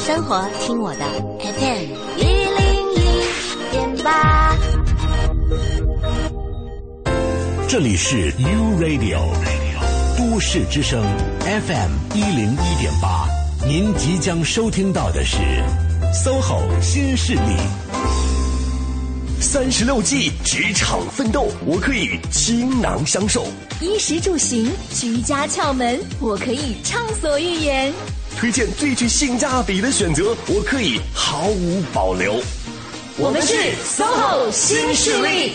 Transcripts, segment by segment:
生活听我的 FM 101.8。 这里是 U Radio 都市之声 FM 101.8，您即将收听到的是 SOHO 新势力。36计职场奋斗，我可以倾囊相授； 衣食住行居家窍门，我可以畅所欲言； 推荐最具性价比的选择，我可以毫无保留。 我们是 SOHO 新势力。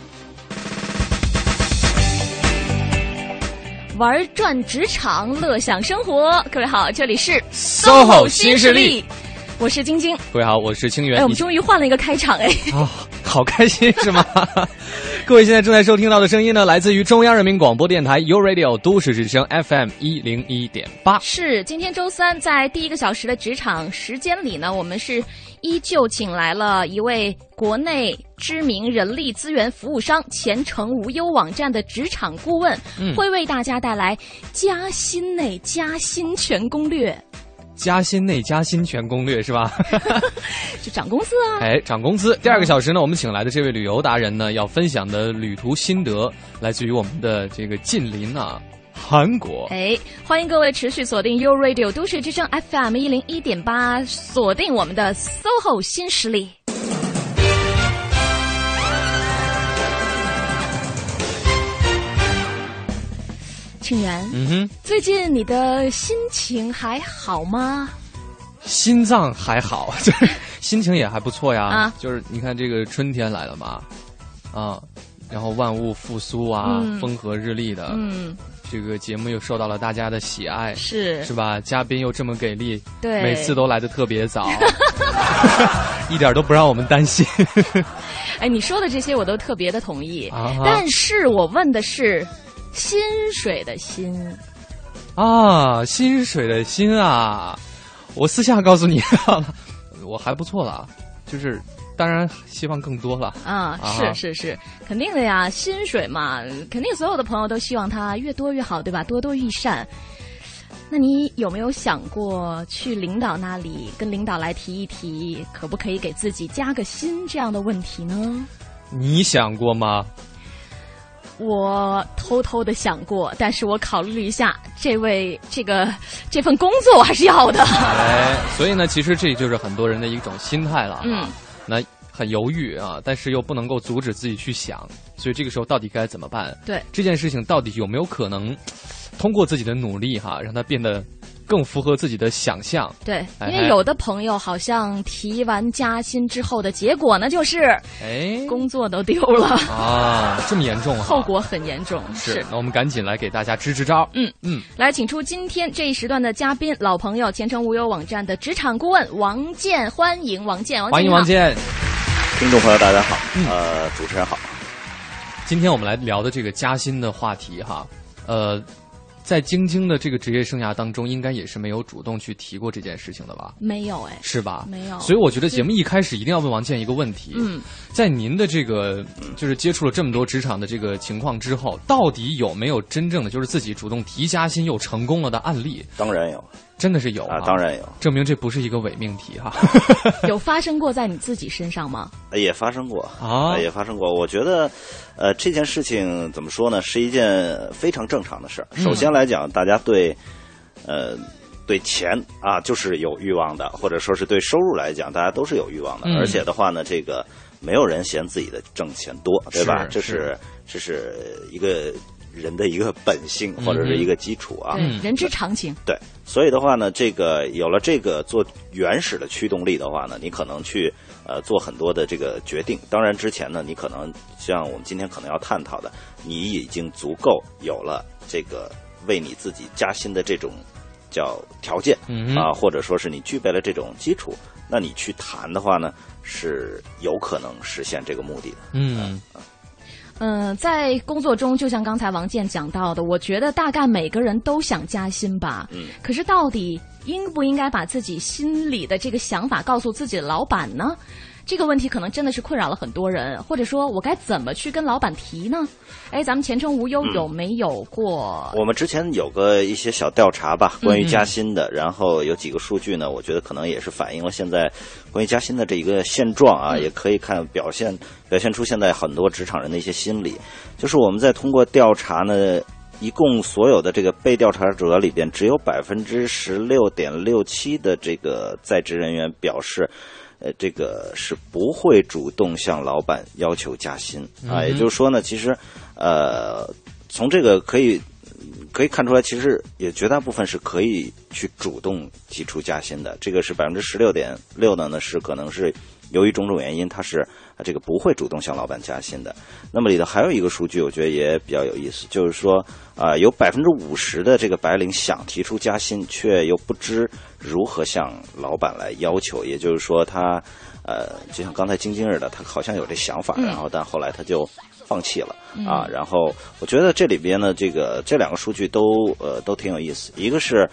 玩转职场，乐享生活。各位好，这里是 SOHO 新势力， 我是晶晶。 各位好，我是清源。 我们终于换了一个开场好开心是吗？各位现在正在收听到的声音呢，来自于中央人民广播电台 U Radio 都市之声 FM 101.8。 是今天周三，在第一个小时的职场时间里呢，我们是依旧请来了一位国内知名人力资源服务商前程无忧网站的职场顾问，会为大家带来加薪内加薪全攻略。 加薪内加薪全攻略是吧？ 就涨工资啊！ 涨工资。第二个小时呢，我们请来的这位旅游达人呢，要分享的旅途心得，来自于我们的这个近邻韩国。 欢迎各位持续锁定 U Radio 都市之声 FM 101.8，锁定我们的 SOHO 新势力。清源，最近你的心情还好吗？ 心脏还好，就是心情也还不错呀。就是你看这个春天来了嘛，然后万物复苏风和日丽的。这个节目又受到了大家的喜爱，是吧？嘉宾又这么给力， 对， 每次都来得特别早，一点都不让我们担心。 你说的这些我都特别的同意，但是我问的是薪水的薪薪水的薪啊！我私下告诉你，我还不错了，就是当然希望更多了。 是，肯定的呀，薪水嘛，肯定所有的朋友都希望它越多越好，对吧？多多益善。那你有没有想过去领导那里跟领导来提一提，可不可以给自己加个薪这样的问题呢？ 你想过吗？ 我偷偷的想过，但是我考虑了一下，这份工作我还是要的。 所以呢，其实这就是很多人的一种心态了。那很犹豫但是又不能够阻止自己去想，所以这个时候到底该怎么办？ 对这件事情到底有没有可能通过自己的努力让它变得更符合自己的想象？ 对，因为有的朋友好像提完加薪之后的结果呢，就是工作都丢了这么严重后果很严重。是， 那我们赶紧来给大家支支招。 来请出今天这一时段的嘉宾，老朋友前程无忧网站的职场顾问王健，欢迎王健。 欢迎王健。 听众朋友大家好，主持人好。 今天我们来聊的这个加薪的话题在晶晶的这个职业生涯当中，应该也是没有主动去提过这件事情的吧？ 没有是吧？ 没有。 所以我觉得节目一开始一定要问王健一个问题：在您的这个就是接触了这么多职场的这个情况之后，到底有没有真正的就是自己主动提加薪又成功了的案例？ 当然有， 真的是有当然有， 证明这不是一个伪命题有发生过在你自己身上吗？ 也发生过也发生过。我觉得这件事情怎么说呢，是一件非常正常的事儿。首先来讲，大家对钱就是有欲望的，或者说是对收入来讲，大家都是有欲望的。而且的话呢，这个没有人嫌自己的挣钱多，对吧？这是一个人的一个本性或者是一个基础人之常情。 对，所以的话呢，这个有了这个做原始的驱动力的话呢，你可能去做很多的这个决定。当然之前呢，你可能像我们今天可能要探讨的，你已经足够有了这个为你自己加薪的这种叫条件或者说是你具备了这种基础，那你去谈的话呢，是有可能实现这个目的的。 在工作中，就像刚才王健讲到的，我觉得大概每个人都想加薪吧。可是到底应不应该把自己心里的这个想法告诉自己的老板呢？ 这个问题可能真的是困扰了很多人，或者说我该怎么去跟老板提呢？哎，咱们前程无忧有没有过？ 我们之前有个一些小调查吧，关于加薪的，然后有几个数据呢，我觉得可能也是反映了现在关于加薪的这一个现状啊，也可以看表现出现在很多职场人的一些心理。就是我们在通过调查呢，一共所有的这个被调查者里边，只有16.67%的这个在职人员表示，这个是不会主动向老板要求加薪啊。也就是说呢，其实从这个可以看出来，其实也绝大部分是可以去主动提出加薪的。这个是16.6%的呢，是可能是由于种种原因，他是这个不会主动向老板加薪的。那么里头还有一个数据，我觉得也比较有意思，就是说有50%的这个白领想提出加薪，却又不知如何向老板来要求。也就是说，他就像刚才晶晶似的，他好像有这想法，然后但后来他就放弃了啊。然后我觉得这里边呢，这两个数据都挺有意思。一个是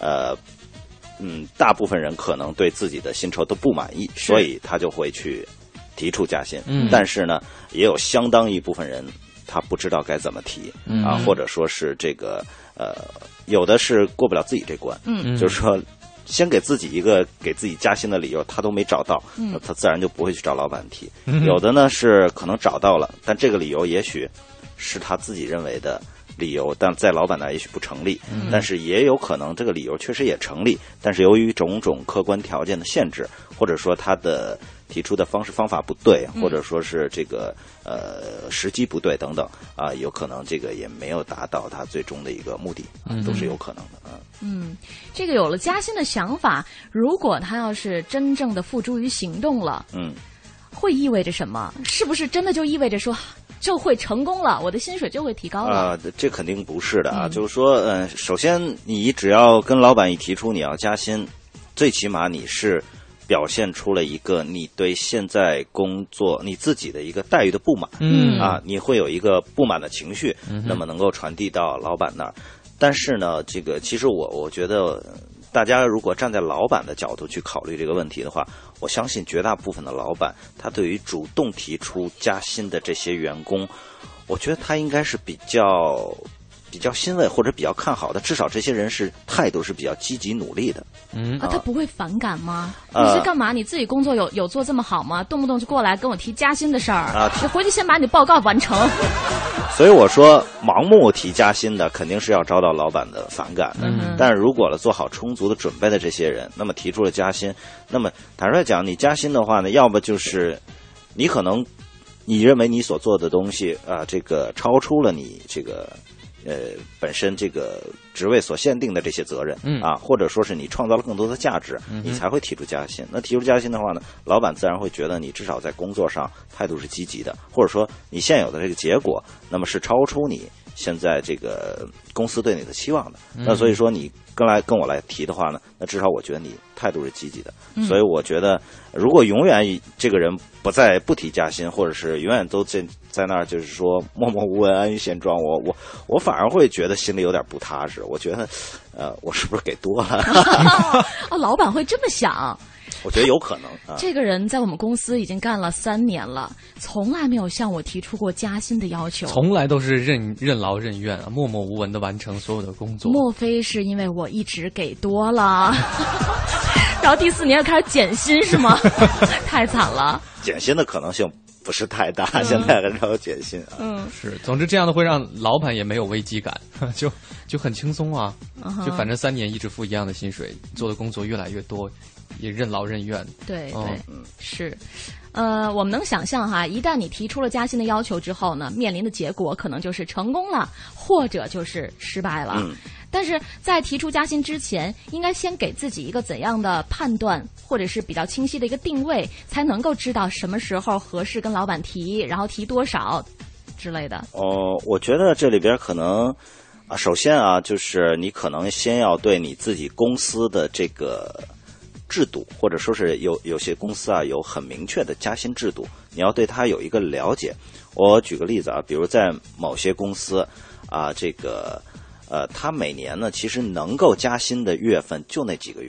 大部分人可能对自己的薪酬都不满意，所以他就会去提出加薪。但是呢，也有相当一部分人他不知道该怎么提啊，或者说是这个有的是过不了自己这关，就是说先给自己一个给自己加薪的理由，他都没找到，他自然就不会去找老板提。有的呢是可能找到了，但这个理由也许是他自己认为的理由，但在老板那也许不成立，但是也有可能这个理由确实也成立，但是由于种种客观条件的限制，或者说他的提出的方式方法不对，或者说是这个时机不对等等啊，有可能这个也没有达到他最终的一个目的，都是有可能的啊。 这个有了加薪的想法，如果他要是真正的付诸于行动了，会意味着什么？是不是真的就意味着说就会成功了，我的薪水就会提高了？ 这肯定不是的啊。就是说，首先你只要跟老板一提出你要加薪，最起码你是表现出了一个你对现在工作你自己的一个待遇的不满，你会有一个不满的情绪，那么能够传递到老板那儿。但是呢，这个其实我觉得大家如果站在老板的角度去考虑这个问题的话，我相信绝大部分的老板，他对于主动提出加薪的这些员工，我觉得他应该是比较欣慰或者比较看好的，至少这些人是态度是比较积极努力的。 他不会反感吗？你是干嘛？你自己工作有做这么好吗？动不动就过来跟我提加薪的事儿啊！你回去先把你报告完成。 所以我说，盲目提加薪的肯定是要遭到老板的反感的。但是如果做好充足的准备的这些人，那么提出了加薪，那么坦率讲，你加薪的话呢，要么就是你可能你认为你所做的东西这个超出了你这个本身这个职位所限定的这些责任或者说是你创造了更多的价值，你才会提出加薪。那提出加薪的话呢，老板自然会觉得你至少在工作上态度是积极的，或者说你现有的这个结果，那么是超出你现在这个公司对你的期望的。那所以说你跟我来提的话呢，那至少我觉得你态度是积极的。所以我觉得，如果永远这个人不提加薪，或者是永远都在那儿就是说默默无闻安于现状，我反而会觉得心里有点不踏实。我觉得我是不是给多了？ 老板会这么想？ 我觉得有可能这个人在我们公司已经干了3年了，从来没有向我提出过加薪的要求， 从来都是任劳任怨默默无闻的完成所有的工作。 莫非是因为我一直给多了，然后第4年又开始减薪是吗？太惨了， 减薪的可能性不是太大，现在很少有减薪是。总之这样的会让老板也没有危机感，就很轻松啊，就反正3年一直付一样的薪水，做的工作越来越多，也任劳任怨。 对是。我们能想象哈，一旦你提出了加薪的要求之后呢，面临的结果可能就是成功了，或者就是失败了。但是在提出加薪之前，应该先给自己一个怎样的判断，或者是比较清晰的一个定位，才能够知道什么时候合适跟老板提，然后提多少之类的。 我觉得这里边可能首先就是你可能先要对你自己公司的这个制度，或者说是有些公司有很明确的加薪制度，你要对它有一个了解。我举个例子比如在某些公司这个它每年呢其实能够加薪的月份就那几个月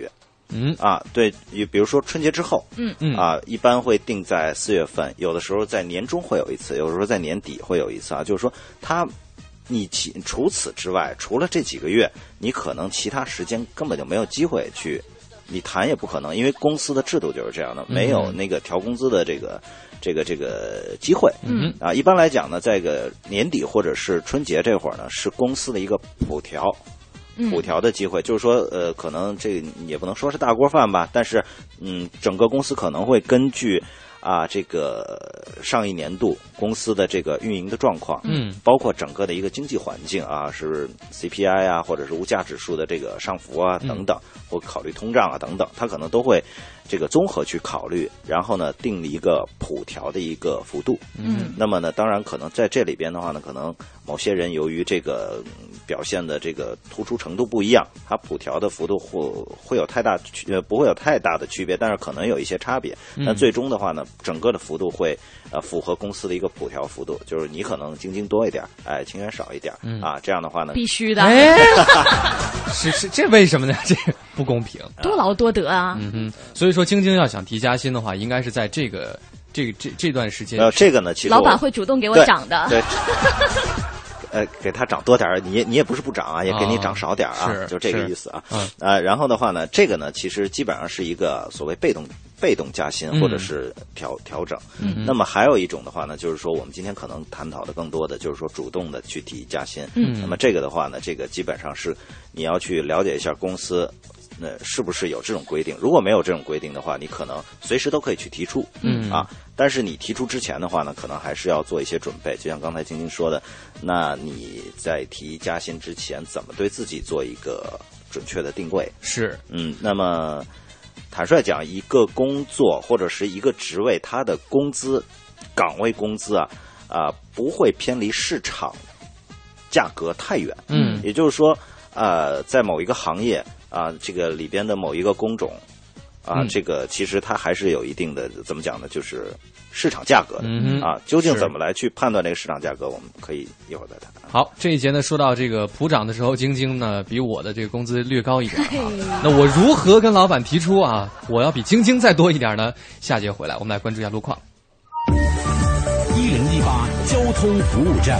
对，比如说春节之后，一般会定在4月份，有的时候在年中会有一次，有的时候在年底会有一次啊。就是说，你除此之外，除了这几个月，你可能其他时间根本就没有机会去，你谈也不可能，因为公司的制度就是这样的，没有那个调工资的这个机会。一般来讲呢，在个年底或者是春节这会儿呢，是公司的一个普调的机会，就是说可能这也不能说是大锅饭吧，但是整个公司可能会根据这个上一年度公司的这个运营的状况，包括整个的一个经济环境是 CPI 啊，或者是物价指数的这个上浮啊等等，或考虑通胀啊等等，它可能都会这个综合去考虑，然后呢定一个普调的一个幅度。那么呢，当然可能在这里边的话呢，可能某些人由于这个表现的这个突出程度不一样，它普调的幅度会有不会有太大的区别，但是可能有一些差别。但最终的话呢，整个的幅度会符合公司的一个普调幅度，就是你可能京多一点，清源少一点这样的话呢， 必须的。 是这为什么呢？这不公平， 多劳多得啊。 所以说京要想提加薪的话，应该是在这段时间。 这个呢，其实老板会主动给我涨的。 对。给他涨多点儿，你也不是不涨也给你涨少点儿就这个意思然后的话呢，这个呢其实基本上是一个所谓被动加薪或者是调整。那么还有一种的话呢，就是说我们今天可能探讨的更多的就是说主动的去提加薪。那么这个的话呢，这个基本上是你要去了解一下公司是不是有这种规定。如果没有这种规定的话，你可能随时都可以去提出但是你提出之前的话呢，可能还是要做一些准备，就像刚才晶说的，那你在提加薪之前怎么对自己做一个准确的定位。 是那么坦率讲，一个工作或者是一个职位，它的工资岗位工资不会偏离市场价格太远。也就是说在某一个行业这个里边的某一个工种这个其实它还是有一定的怎么讲呢，就是市场价格的究竟怎么来去判断这个市场价格，我们可以一会儿再谈。 好，这一节呢说到这个普涨的时候，晶呢比我的这个工资略高一点那我如何跟老板提出我要比晶再多一点呢？下节回来我们来关注一下路况。 1018交通服务站。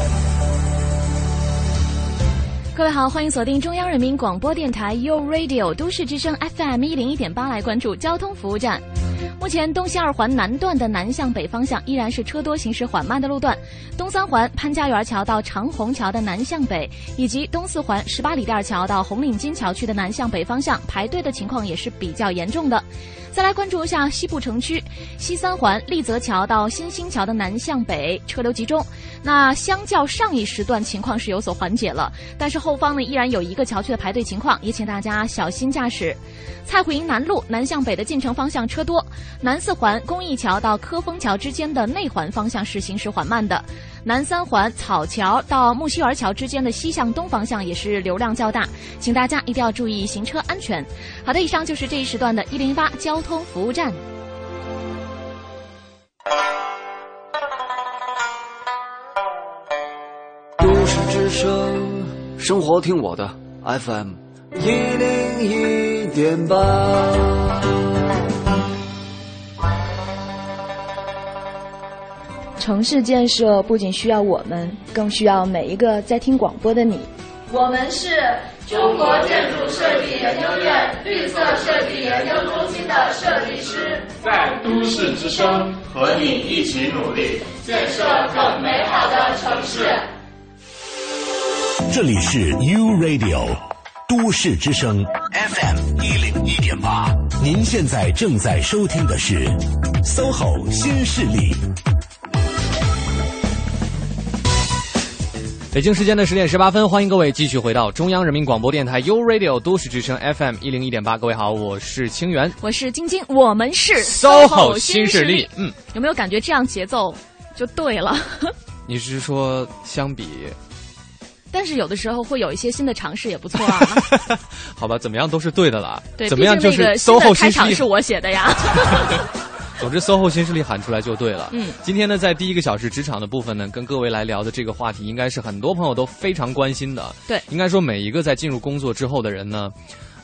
各位好，欢迎锁定中央人民广播电台 You Radio 都市之声 FM 101.8，来关注交通服务站。目前东西二环南段的南向北方向依然是车多行驶缓慢的路段，东三环潘家园桥到长虹桥的南向北，以及东四环18里店桥到红领巾桥区的南向北方向排队的情况也是比较严重的。再来关注一下西部城区西三环丽泽桥到新兴桥的南向北车流集中，那相较上一时段情况是有所缓解了，但是后方呢依然有一个桥区的排队情况，也请大家小心驾驶。蔡虎营南路南向北的进城方向车多，南四环公益桥到科丰桥之间的内环方向是行驶缓慢的，南三环草桥到木樨园桥之间的西向东方向也是流量较大，请大家一定要注意行车安全。好的，以上就是这一时段的108交通服务站。 都市之声，生活听我的 FM 101.8。 城市建设不仅需要我们，更需要每一个在听广播的你。 我们是中国建筑设计研究院绿色设计研究中心的设计师， 在都市之声和你一起努力， 建设更美好的城市。 这里是 U Radio 都市之声 FM 101.8，您现在正在收听的是 SOHO 新势力。 北京时间的10点18分，欢迎各位继续回到中央人民广播电台 U Radio 都市之声 FM 101.8。各位好，我是清源， 我是晶晶，我们是 SOHO 新势力。 有没有感觉这样节奏就对了？ 你是说相比？ 但是有的时候会有一些新的尝试也不错啊。 好吧，怎么样都是对的了。 对， 怎么样就是 SOHO 新势力。开场是我写的呀。 总之 SOHO 新势力喊出来就对了。今天呢，在第一个小时职场的部分呢，跟各位来聊的这个话题，应该是很多朋友都非常关心的。 对， 应该说每一个在进入工作之后的人呢，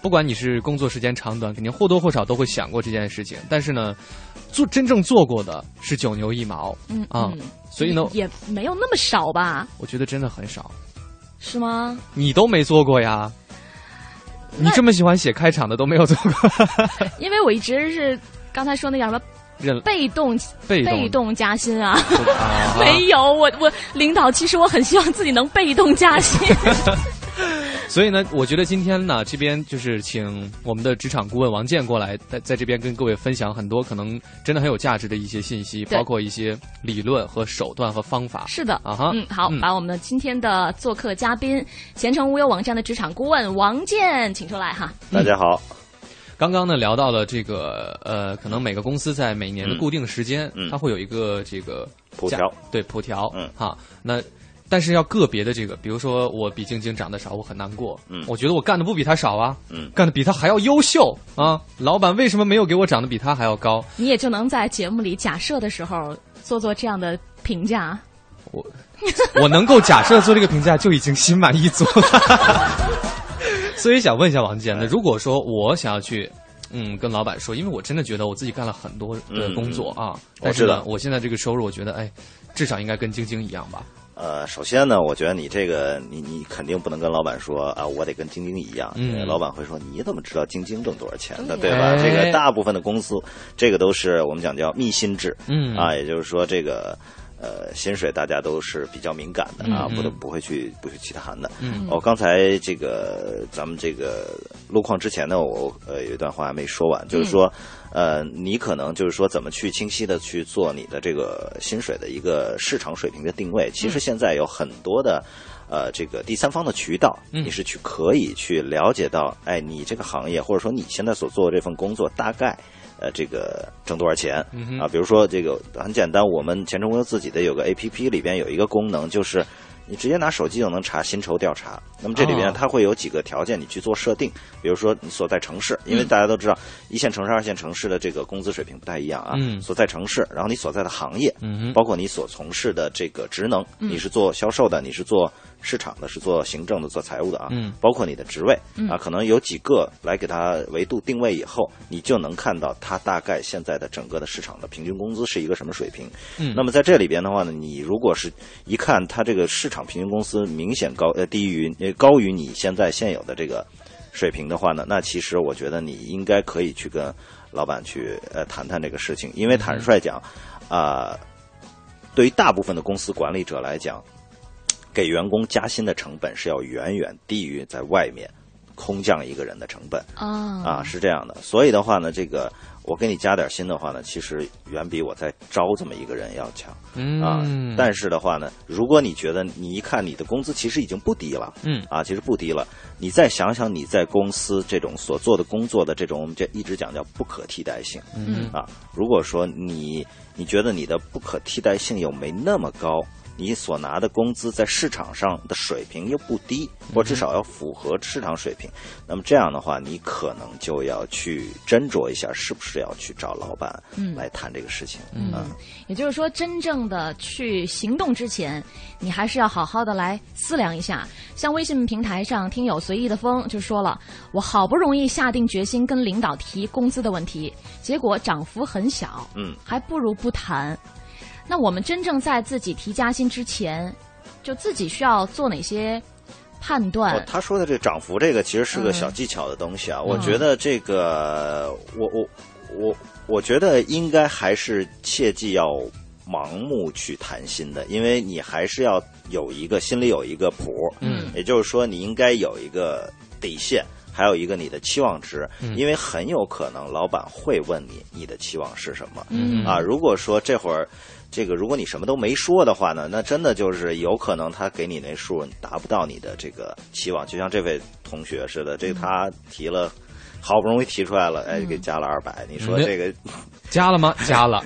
不管你是工作时间长短，肯定或多或少都会想过这件事情。但是呢，真正做过的是9牛1毛，所以呢也没有那么少吧？ 我觉得真的很少， 是吗？ 你都没做过呀？你这么喜欢写开场的都没有做过？ 因为我一直是刚才说那叫什么？被动加薪啊！没有，我领导，其实我很希望自己能被动加薪。 所以呢，我觉得今天呢，这边就是请我们的职场顾问王健过来，在这边跟各位分享很多可能真的很有价值的一些信息，包括一些理论和手段和方法。 是的，好，把我们的今天的做客嘉宾，前程无忧网站的职场顾问王健请出来哈。 大家好。 刚刚呢聊到了这个可能每个公司在每年的固定时间，它会有一个这个普调， 对普调，那但是要个别的这个，比如说我比晶晶长得少，我很难过，我觉得我干的不比他少啊，干的比他还要优秀啊，老板为什么没有给我长得比他还要高？ 你也就能在节目里假设的时候做这样的评价。 我能够假设做这个评价就已经心满意足了。所以想问一下王健，那如果说我想要去，跟老板说，因为我真的觉得我自己干了很多的工作啊，但是呢，我现在这个收入，我觉得，至少应该跟晶晶一样吧。 首先呢，我觉得你这个，你肯定不能跟老板说啊，我得跟晶晶一样，因为老板会说你怎么知道晶晶挣多少钱的，对吧？这个大部分的公司，这个都是我们讲叫密薪制，也就是说这个。薪水大家都是比较敏感的啊，不会去谈的。刚才这个咱们这个路况之前呢，我有一段话还没说完，就是说，你可能就是说怎么去清晰的去做你的这个薪水的一个市场水平的定位。其实现在有很多的这个第三方的渠道，你是可以去了解到，你这个行业或者说你现在所做的这份工作大概。这个挣多少钱啊？比如说这个很简单，我们前程无忧自己的有个 APP 里边有一个功能，就是你直接拿手机就能查薪酬调查。那么这里边它会有几个条件，你去做设定。比如说你所在城市，因为大家都知道1线城市、2线城市的这个工资水平不太一样啊。所在城市，然后你所在的行业，包括你所从事的这个职能，你是做销售的，你是做市场的，是做行政的，做财务的啊，包括你的职位啊，可能有几个来给它维度定位以后，你就能看到它大概现在的整个的市场的平均工资是一个什么水平。那么在这里边的话呢，你如果是一看它这个市场平均工资明显高于你现有的这个水平的话呢，那其实我觉得你应该可以去跟老板去谈谈这个事情，因为坦率讲，对于大部分的公司管理者来讲。给员工加薪的成本是要远远低于在外面空降一个人的成本是这样的。所以的话呢，这个我给你加点薪的话呢，其实远比我再招这么一个人要强但是的话呢，如果你觉得你一看你的工资其实已经不低了其实不低了，你再想想你在公司这种所做的工作的这种我们这一直讲叫不可替代性如果说你觉得你的不可替代性又没那么高，你所拿的工资在市场上的水平又不低，或至少要符合市场水平，那么这样的话，你可能就要去斟酌一下，是不是要去找老板来谈这个事情。 也就是说，真正的去行动之前，你还是要好好的来思量一下。像微信平台上听友随意的风就说了，我好不容易下定决心跟领导提工资的问题，结果涨幅很小，还不如不谈。那我们真正在自己提加薪之前，就自己需要做哪些判断？ 他说的这涨幅，这个其实是个小技巧的东西啊。我觉得这个，我觉得应该还是切记要盲目去谈薪的，因为你还是要有一个心里有一个谱，也就是说你应该有一个底线。还有一个你的期望值，因为很有可能老板会问你的期望是什么如果说这会儿这个如果你什么都没说的话呢，那真的就是有可能他给你那数达不到你的这个期望，就像这位同学似的，这个他提了好不容易提出来了，给加了200，你说这个加了吗？加了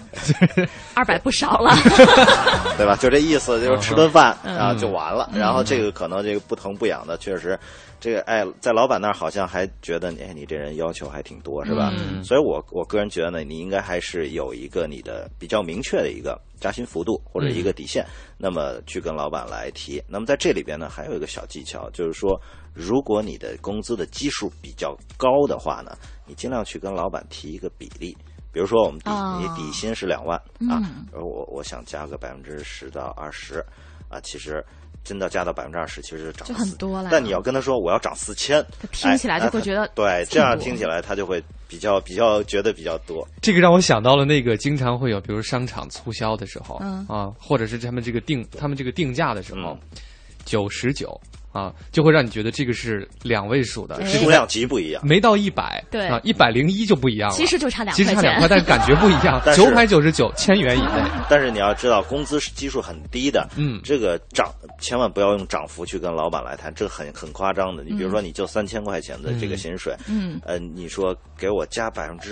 200不少了对吧？就这意思，就是吃顿饭就完了，然后这个可能这个不疼不痒的，确实这个在老板那儿好像还觉得你这人要求还挺多，是吧？所以我个人觉得呢，你应该还是有一个你的比较明确的一个加薪幅度或者一个底线，那么去跟老板来提。那么在这里边呢，还有一个小技巧，就是说如果你的工资的基数比较高的话呢，你尽量去跟老板提一个比例。比如说我们你底薪是2万啊，我想加个10%到20%啊，其实真的加到20%，其实涨就很多了。 但你要跟他说我要涨4000， 他听起来就会觉得对，这样听起来他就会比较觉得比较多。 这个让我想到了那个经常会有，比如商场促销的时候啊，或者是他们这个定价的时候，99。啊，就会让你觉得这个是2位数的， 数量级不一样， 没到100， 对啊101就不一样了， 其实就差2块钱， 其实差2块，但是感觉不一样，999，1000元以内。 但是你要知道，工资是基数很低的，这个千万不要用涨幅去跟老板来谈，这很夸张的。你比如说，你就3000块钱的这个薪水，你说给我加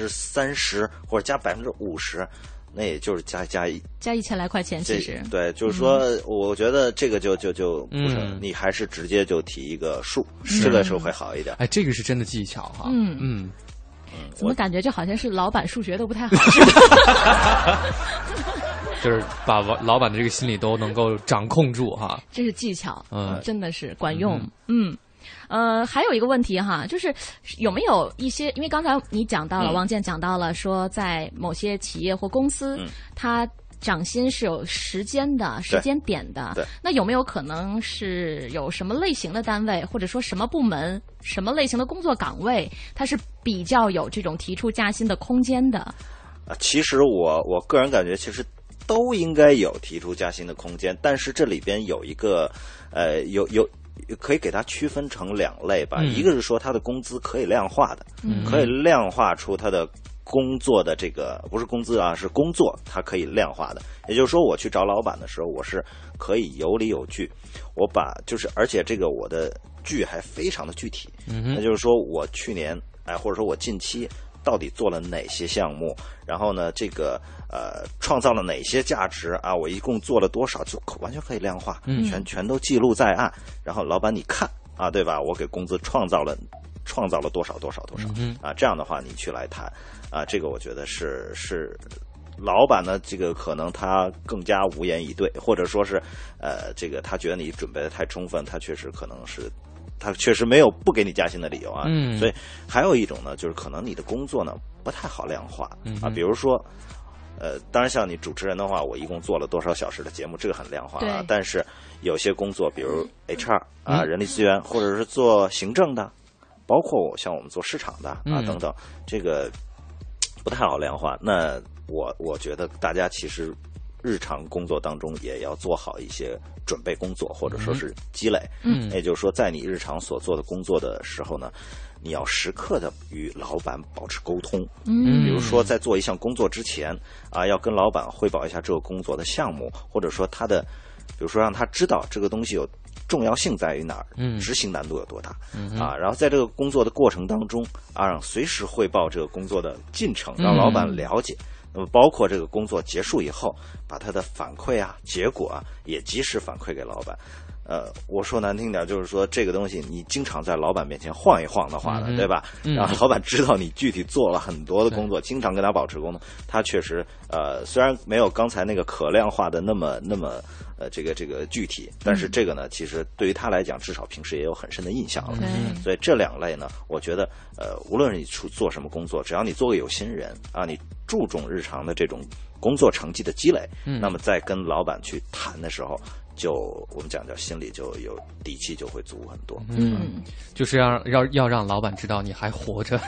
30%或者加50%。那也就是加 1000来块钱，其实对，就是说，我觉得这个就不是，你还是直接就提一个数，这个时候会好一点。 哎，这个是真的技巧哈。 怎么感觉就好像是老板数学都不太好似的？就是把老板的这个心理都能够掌控住哈。 这是技巧，真的是管用。还有一个问题哈，就是有没有一些，因为刚才你讲到了，王健讲到了说，在某些企业或公司，它涨薪是有时间点的。那有没有可能是有什么类型的单位，或者说什么部门、什么类型的工作岗位，它是比较有这种提出加薪的空间的？ 其实我个人感觉，其实都应该有提出加薪的空间，但是这里边有一个可以给它区分成2类吧。一个是说他的工资可以量化的，可以量化出他的工作的这个不是工资啊，是工作，它可以量化的。也就是说，我去找老板的时候，我是可以有理有据，而且这个我的据还非常的具体。那就是说我去年或者说我近期到底做了哪些项目，然后呢，这个创造了哪些价值啊？我一共做了多少，就完全可以量化，全都记录在案。然后老板你看啊，对吧？我给工资创造了多少啊？这样的话你去来谈啊，这个我觉得是老板呢，这个可能他更加无言以对，或者说是这个他觉得你准备的太充分，他确实没有不给你加薪的理由啊。所以还有一种呢，就是可能你的工作呢不太好量化啊，比如说当然像你主持人的话，我一共做了多少小时的节目，这个很量化啊。但是有些工作，比如 HR 啊，人力资源，或者是做行政的，包括像我们做市场的啊等等，这个不太好量化。那我觉得大家其实日常工作当中也要做好一些准备工作，或者说是积累。也就是说，在你日常所做的工作的时候呢，你要时刻的与老板保持沟通。比如说在做一项工作之前啊，要跟老板汇报一下这个工作的项目，或者说比如说让他知道这个东西有重要性在于哪儿，执行难度有多大啊。然后在这个工作的过程当中啊，让随时汇报这个工作的进程，让老板了解。那么包括这个工作结束以后，把他的反馈啊、结果啊也及时反馈给老板。我说难听点，就是说这个东西你经常在老板面前晃一晃的话呢，对吧？让老板知道你具体做了很多的工作，经常跟他保持沟通，他确实虽然没有刚才那个可量化的那么这个具体，但是这个呢，其实对于他来讲，至少平时也有很深的印象了。所以这2类呢，我觉得无论是你做什么工作，只要你做个有心人啊，你注重日常的这种工作成绩的积累，那么在跟老板去谈的时候，我们讲心里就有底气，就会足很多。 就是要让老板知道你还活着，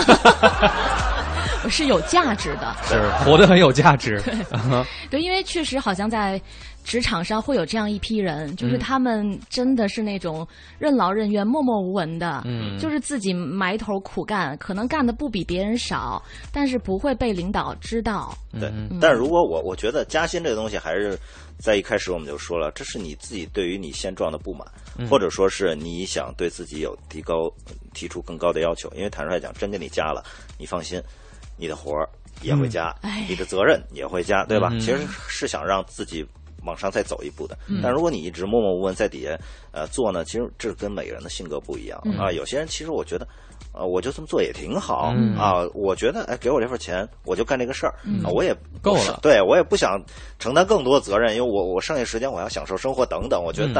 我是有价值的， 是活得很有价值。 对，因为确实好像在职场上会有这样一批人，就是他们真的是那种任劳任怨、默默无闻的，就是自己埋头苦干，可能干的不比别人少，但是不会被领导知道。 对，但如果我觉得加薪这个东西，还是在一开始我们就说了，这是你自己对于你现状的不满，或者说是你想对自己有提出更高的要求。因为坦率讲，真给你加了，你放心，你的活儿也会加，你的责任也会加，对吧？其实是想让自己往上再走一步的。但如果你一直默默无闻在底下做呢，其实这跟每个人的性格不一样啊。有些人其实我觉得我就这么做也挺好啊。我觉得给我这份钱，我就干这个事儿我也够了。 对，我也不想承担更多的责任，因为我剩下时间我要享受生活等等。我觉得大家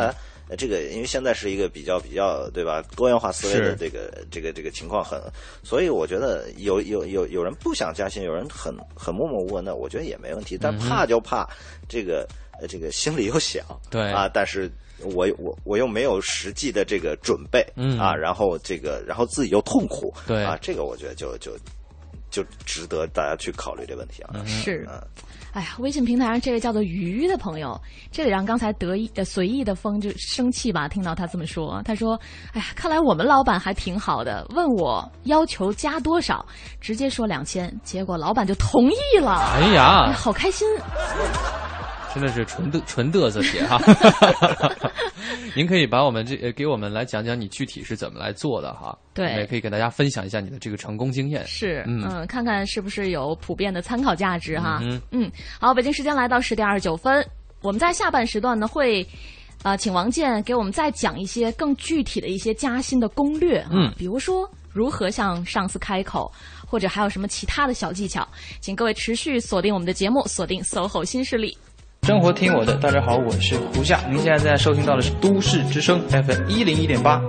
这个因为现在是一个比较对吧多元化思维的这个情况所以我觉得有人不想加薪，有人很默默无闻的，我觉得也没问题。但怕就怕这个心里又想， 对啊， 但是我又没有实际的这个准备，然后自己又痛苦， 对啊， 这个我觉得就值得大家去考虑这问题啊。 是，哎呀，微信平台上这位叫做鱼的朋友，这得让刚才随意的风就生气吧？听到他这么说，他说：“哎呀，看来我们老板还挺好的，问我要求加多少，直接说2000，结果老板就同意了。 哎呀， 好开心。” 真的是纯嘚瑟些哈，您可以把我们给我们来讲讲你具体是怎么来做的哈， 对， 也可以给大家分享一下你的这个成功经验， 是，看看是不是有普遍的参考价值哈，好，北京时间来到10点29分，我们在下半时段呢会，请王健给我们再讲一些更具体的一些加薪的攻略啊，比如说如何向上司开口，或者还有什么其他的小技巧，请各位持续锁定我们的节目，锁定 SOHO 新势力。 生活听我的，大家好，我是胡夏，您现在在收听到的是都市之声 FM 101.8。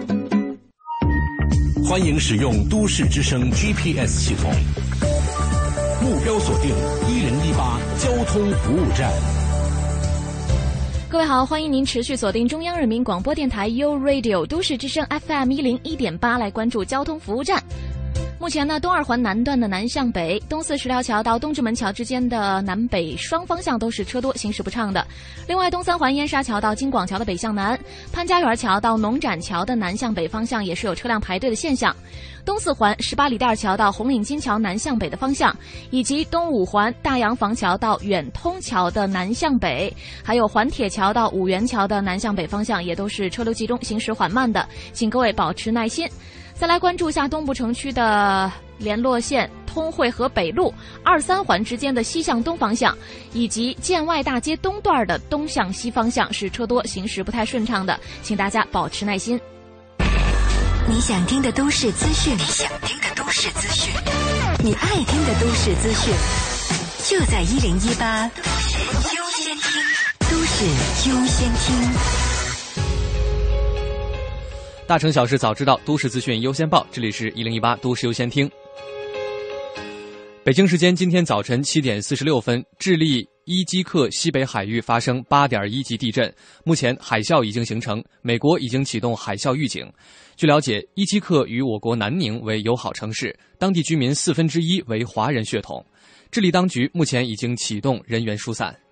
欢迎使用都市之声 GPS 系统，目标锁定1018交通服务站。 各位好，欢迎您持续锁定中央人民广播电台 U Radio 都市之声 FM 101.8来关注交通服务站。目前呢，东二环南段的南向北，东四十条桥到东直门桥之间的南北双方向都是车多，行驶不畅的。另外，东三环燕莎桥到金广桥的北向南，潘家园桥到农展桥的南向北方向也是有车辆排队的现象。东四环18里店桥到红领巾桥南向北的方向，以及东五环大洋房桥到远通桥的南向北，还有环铁桥到五元桥的南向北方向也都是车流集中，行驶缓慢的，请各位保持耐心。再来关注一下东部城区的联络线通惠河北路23环之间的西向东方向，以及建外大街东段的东向西方向是车多，行驶不太顺畅的，请大家保持耐心。 你想听的都市资讯，你爱听的都市资讯，就在1018都市优先听，都市优先听。 大城小事早知道，都市资讯优先报，这里是1018都市优先听。北京时间今天早晨7点46分，智利伊基克西北海域发生8.1级地震，目前海啸已经形成，美国已经启动海啸预警。据了解，伊基克与我国南宁为友好城市，当地居民1/4为华人血统。智利当局目前已经启动人员疏散。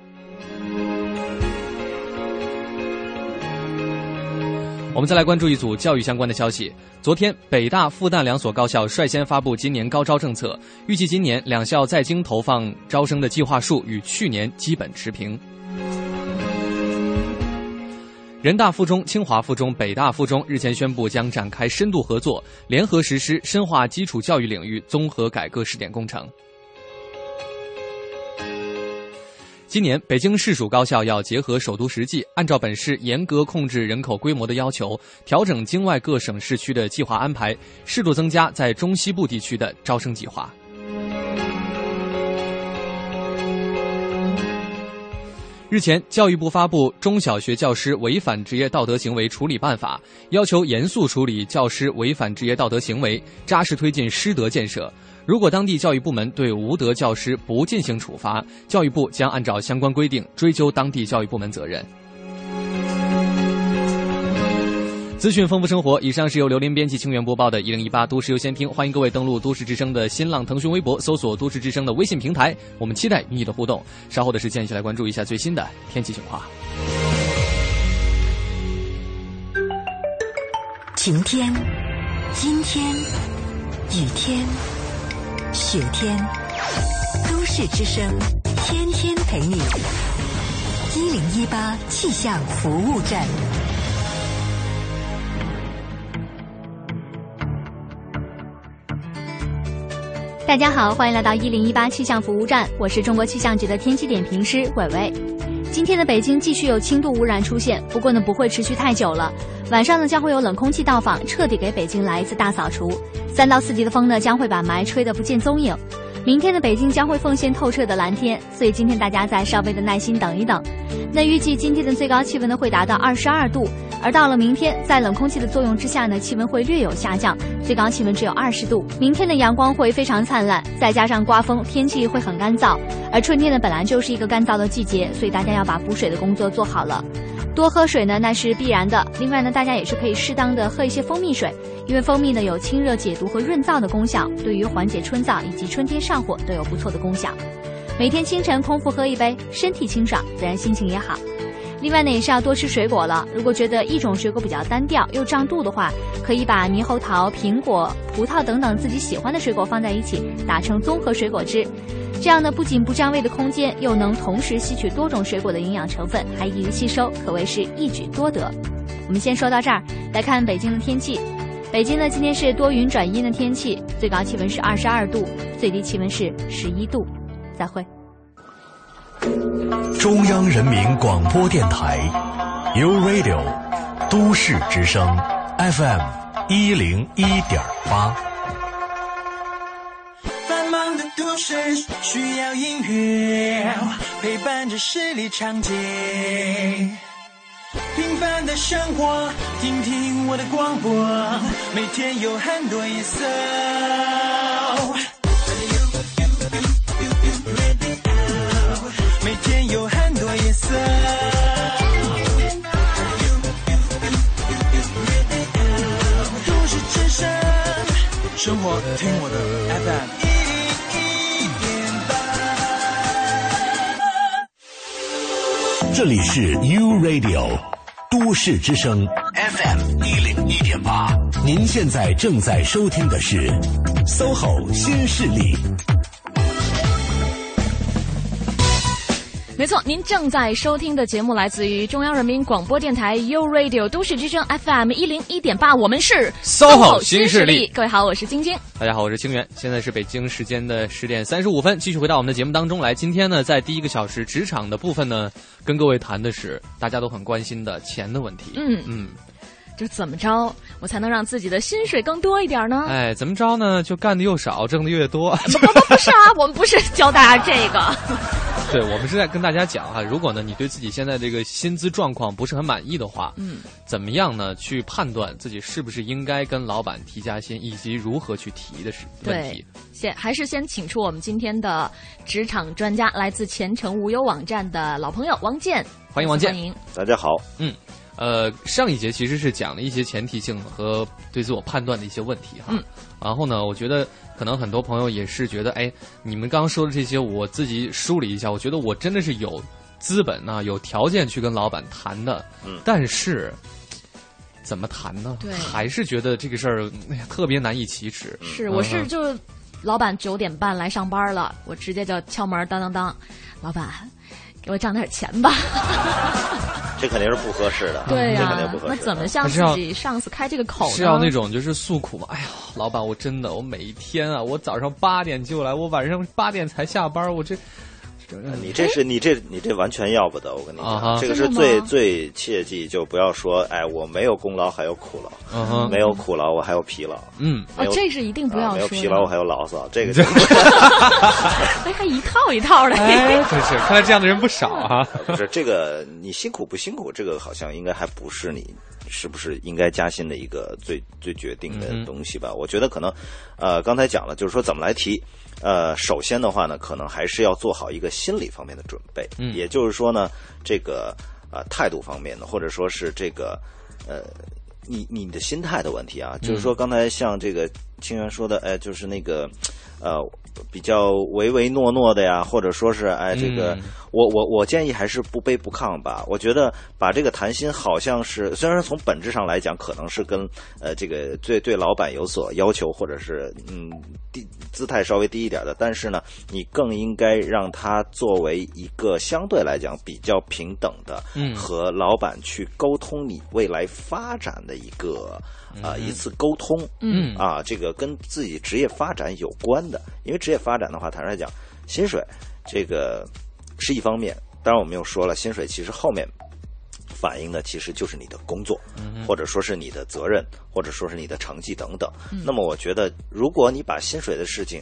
我们再来关注一组教育相关的消息。昨天，北大、复旦两所高校率先发布今年高招政策，预计今年两校在京投放招生的计划数与去年基本持平。人大附中、清华附中、北大附中日前宣布将展开深度合作，联合实施深化基础教育领域综合改革试点工程。今年，北京市属高校要结合首都实际，按照本市严格控制人口规模的要求，调整京外各省市区的计划安排，适度增加在中西部地区的招生计划。日前，教育部发布《中小学教师违反职业道德行为处理办法》，要求严肃处理教师违反职业道德行为，扎实推进师德建设。如果当地教育部门对无德教师不进行处罚，教育部将按照相关规定追究当地教育部门责任。资讯丰富生活，以上是由刘林编辑、清源播报的1018都市优先听。欢迎各位登录都市之声的新浪、腾讯微博，搜索都市之声的微信平台，我们期待与你的互动。稍后的时间，一起来关注一下最新的天气情况。 晴天、阴天、雨天、雪天，都市之声天天陪你。1018气象服务站。 大家好，欢迎来到1018气象服务站，我是中国气象局的天气点评师伟伟。今天的北京继续有轻度污染出现，不过呢不会持续太久了。晚上呢将会有冷空气到访，彻底给北京来一次大扫除。3到4级的风呢将会把霾吹得不见踪影。 明天的北京将会奉献透彻的蓝天，所以今天大家再稍微的耐心等一等。那预计今天的最高气温呢会达到22度，而到了明天，在冷空气的作用之下呢，气温会略有下降，最高气温只有20度。明天的阳光会非常灿烂，再加上刮风，天气会很干燥。而春天呢本来就是一个干燥的季节，所以大家要把补水的工作做好了。多喝水呢，那是必然的。另外呢，大家也是可以适当的喝一些蜂蜜水，因为蜂蜜呢有清热解毒和润燥的功效，对于缓解春燥以及春天上火都有不错的功效。每天清晨空腹喝一杯，身体清爽，自然心情也好。另外呢，也是要多吃水果了。如果觉得一种水果比较单调又胀肚的话，可以把猕猴桃、苹果、葡萄等等自己喜欢的水果放在一起，打成综合水果汁。这样呢，不仅不占胃的空间，又能同时吸取多种水果的营养成分，还易于吸收，可谓是一举多得。我们先说到这儿，来看北京的天气。北京呢，今天是多云转阴的天气，最高气温是22度，最低气温是11度。再会。 中央人民广播电台 U Radio 都市之声 FM 101.8。 繁忙的都市需要音乐陪伴着十里长街，平凡的生活听听我的广播，每天有很多颜色。每天有很多颜色，都市之声，生活听我的 FM 101.8。这里是 U Radio 都市之声 FM 101.8。您现在正在收听的是 SOHO 新势力。 没错，您正在收听的节目来自于中央人民广播电台 U Radio 都市之声 FM 101.8，我们是 SOHO 新势力。 各位好，我是晶晶。 大家好，我是清源。现在是北京时间的10点35分，继续回到我们的节目当中来。今天呢，在第一个小时职场的部分呢，跟各位谈的是大家都很关心的钱的问题。 就怎么着我才能让自己的薪水更多一点呢？ 哎，怎么着呢？就干的又少，挣的越多。 不是啊，我们不是教大家这个。 对，我们是在跟大家讲哈，如果呢你对自己现在这个薪资状况不是很满意的话，怎么样呢去判断自己是不是应该跟老板提加薪，以及如何去提的问题。 还是先请出我们今天的职场专家，来自前程无忧网站的老朋友王健。 欢迎王健。 欢迎大家好。 上一节其实是讲了一些前提性和对自我判断的一些问题哈。然后呢，我觉得可能很多朋友也是觉得，哎，你们刚刚说的这些，我自己梳理一下，我觉得我真的是有资本呢，有条件去跟老板谈的。但是怎么谈呢？对，还是觉得这个事儿，特别难以启齿。 是，我是就老板9点半来上班了，我直接就敲门，当当当，老板，给我涨点钱吧。 这肯定是不合适的。 对呀、 这肯定不合适。 那怎么向自己上司开这个口呢？ 是要那种就是诉苦嘛？哎呀，老板，我真的，我每一天啊，我早上8点就来，我晚上8点才下班，我这。 你这完全要不得，我跟你讲，这个是最切记，就不要说，哎，我没有功劳还有苦劳，没有苦劳我还有疲劳， 这是一定不要说， 没有疲劳我还有牢骚，这个还一套一套的， 真是，看来这样的人不少啊。 不是这个，你辛苦不辛苦，这个好像应该还不是你是不是应该加薪的一个最决定的东西吧？我觉得可能，刚才讲了，就是说怎么来提。首先的话呢，可能还是要做好一个心理方面的准备，也就是说呢，这个态度方面的，或者说是这个你的心态的问题啊，就是说刚才像这个清源说的，哎，就是那个比较唯唯诺诺的呀，或者说是哎，这个我建议还是不卑不亢吧。我觉得把这个谈薪好像是，虽然从本质上来讲可能是跟这个对老板有所要求，或者是姿态稍微低一点的，但是呢，你更应该让他作为一个相对来讲比较平等的，和老板去沟通你未来发展的一个一次沟通，这个跟自己职业发展有关的，因为职业发展的话，坦率讲，薪水这个是一方面，当然我们又说了，薪水其实后面反映的其实就是你的工作，或者说是你的责任，或者说是你的成绩等等。那么我觉得，如果你把薪水的事情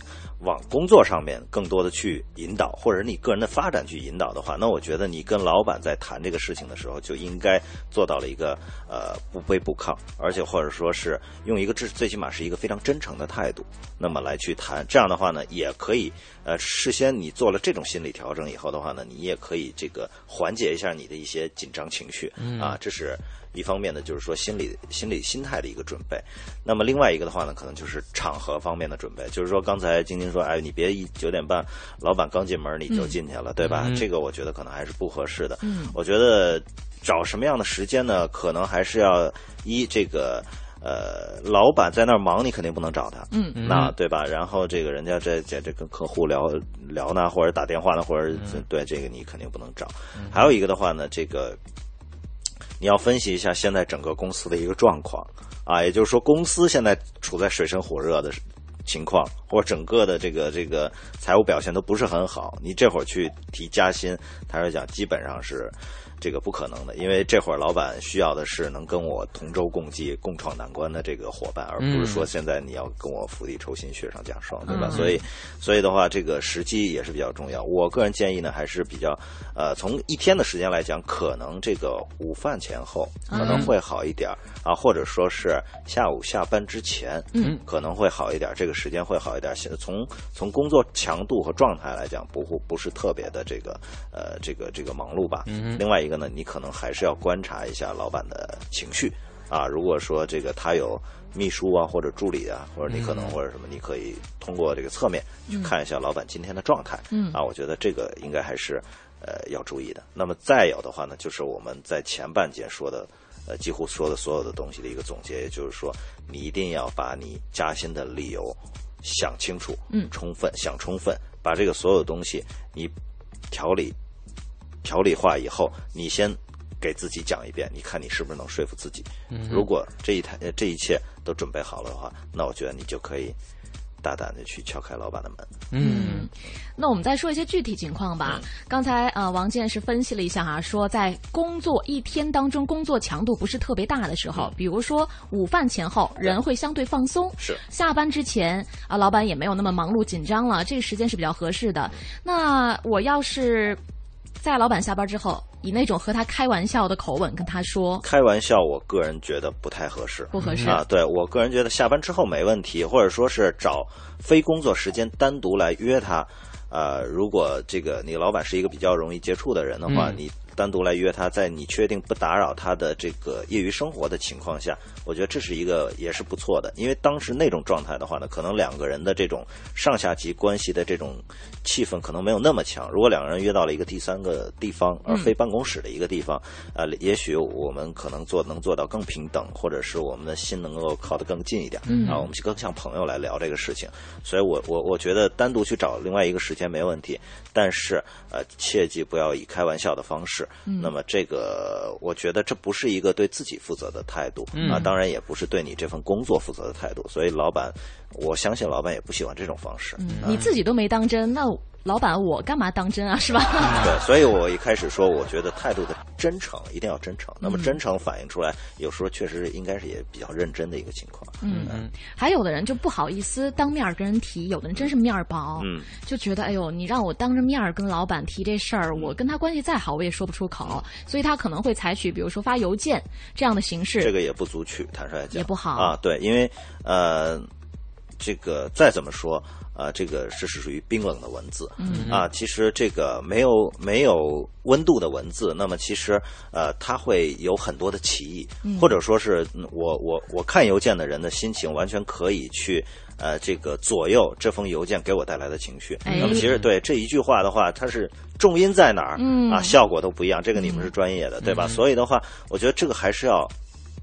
往工作上面更多的去引导，或者你个人的发展去引导的话，那我觉得你跟老板在谈这个事情的时候，就应该做到了一个不卑不亢，而且或者说是用一个最起码是一个非常真诚的态度，那么来去谈。这样的话呢，也可以事先你做了这种心理调整以后的话呢，你也可以这个缓解一下你的一些紧张情绪啊，这是一方面呢，就是说心态的一个准备。那么另外一个的话呢，可能就是场合方面的准备，就是说刚才晶晶说，哎，你别9点半老板刚进门你就进去了，对吧？这个我觉得可能还是不合适的。我觉得找什么样的时间呢？可能还是要这个老板在那儿忙，你肯定不能找他，那对吧？然后这个人家这跟客户聊呢，或者打电话呢，或者对这个你肯定不能找。还有一个的话呢，这个你要分析一下现在整个公司的一个状况啊，也就是说公司现在处在水深火热的情况，或者整个的这个财务表现都不是很好，你这会儿去提加薪，坦率讲基本上是这个不可能的，因为这会儿老板需要的是能跟我同舟共济、共创难关的这个伙伴，而不是说现在你要跟我釜底抽薪、雪上加霜，对吧？所以的话，这个时机也是比较重要。我个人建议呢，还是比较从一天的时间来讲，可能这个午饭前后可能会好一点啊，或者说是下午下班之前，可能会好一点，这个时间会好一点。从工作强度和状态来讲，不是特别的这个忙碌吧。另外一个呢，你可能还是要观察一下老板的情绪啊。如果说这个他有秘书啊或者助理啊，或者你可能或者什么，你可以通过这个侧面去看一下老板今天的状态啊。我觉得这个应该还是要注意的。那么再有的话呢，就是我们在前半节说的几乎说的所有的东西的一个总结，也就是说你一定要把你加薪的理由想清楚，充分把这个所有东西你条理化以后，你先给自己讲一遍，你看你是不是能说服自己。如果这一切都准备好了的话，那我觉得你就可以大胆的去敲开老板的门。 那我们再说一些具体情况吧。刚才王健是分析了一下哈，说在工作一天当中，工作强度不是特别大的时候，比如说午饭前后，人会相对放松； 是下班之前老板也没有那么忙碌紧张了，这个时间是比较合适的。那我要是在老板下班之后，以那种和他开玩笑的口吻跟他说， 开玩笑我个人觉得不太合适， 不合适啊。对，我个人觉得下班之后没问题，或者说是找非工作时间单独来约他。如果这个你老板是一个比较容易接触的人的话，你单独来约他，在你确定不打扰他的这个业余生活的情况下，我觉得这是一个也是不错的。因为当时那种状态的话呢，可能两个人的这种上下级关系的这种气氛可能没有那么强。如果两个人约到了一个第三个地方，而非办公室的一个地方，也许我们可能能做到更平等，或者是我们的心能够靠得更近一点，我们更像朋友来聊这个事情。所以我觉得单独去找另外一个时间没问题，但是切记不要以开玩笑的方式。那么这个我觉得这不是一个对自己负责的态度当然也不是对你这份工作负责的态度。所以我相信老板也不喜欢这种方式。 你自己都没当真，那老板我干嘛当真啊，是吧？ 对，所以我一开始说，我觉得态度的真诚一定要真诚。那么真诚反映出来，有时候确实应该是也比较认真的一个情况。 还有的人就不好意思当面跟人提，有的人真是面薄，就觉得哎呦，你让我当着面跟老板提这事儿，我跟他关系再好，我也说不出口，所以他可能会采取比如说发邮件这样的形式。 这个也不足取，坦率讲也不好啊。对，因为这个再怎么说这个是属于冰冷的文字其实这个没有温度的文字，那么其实它会有很多的歧义，或者说是我看邮件的人的心情完全可以去这个左右这封邮件给我带来的情绪。那么其实对这一句话的话，它是重音在哪儿效果都不一样，这个你们是专业的对吧？所以的话，我觉得这个还是要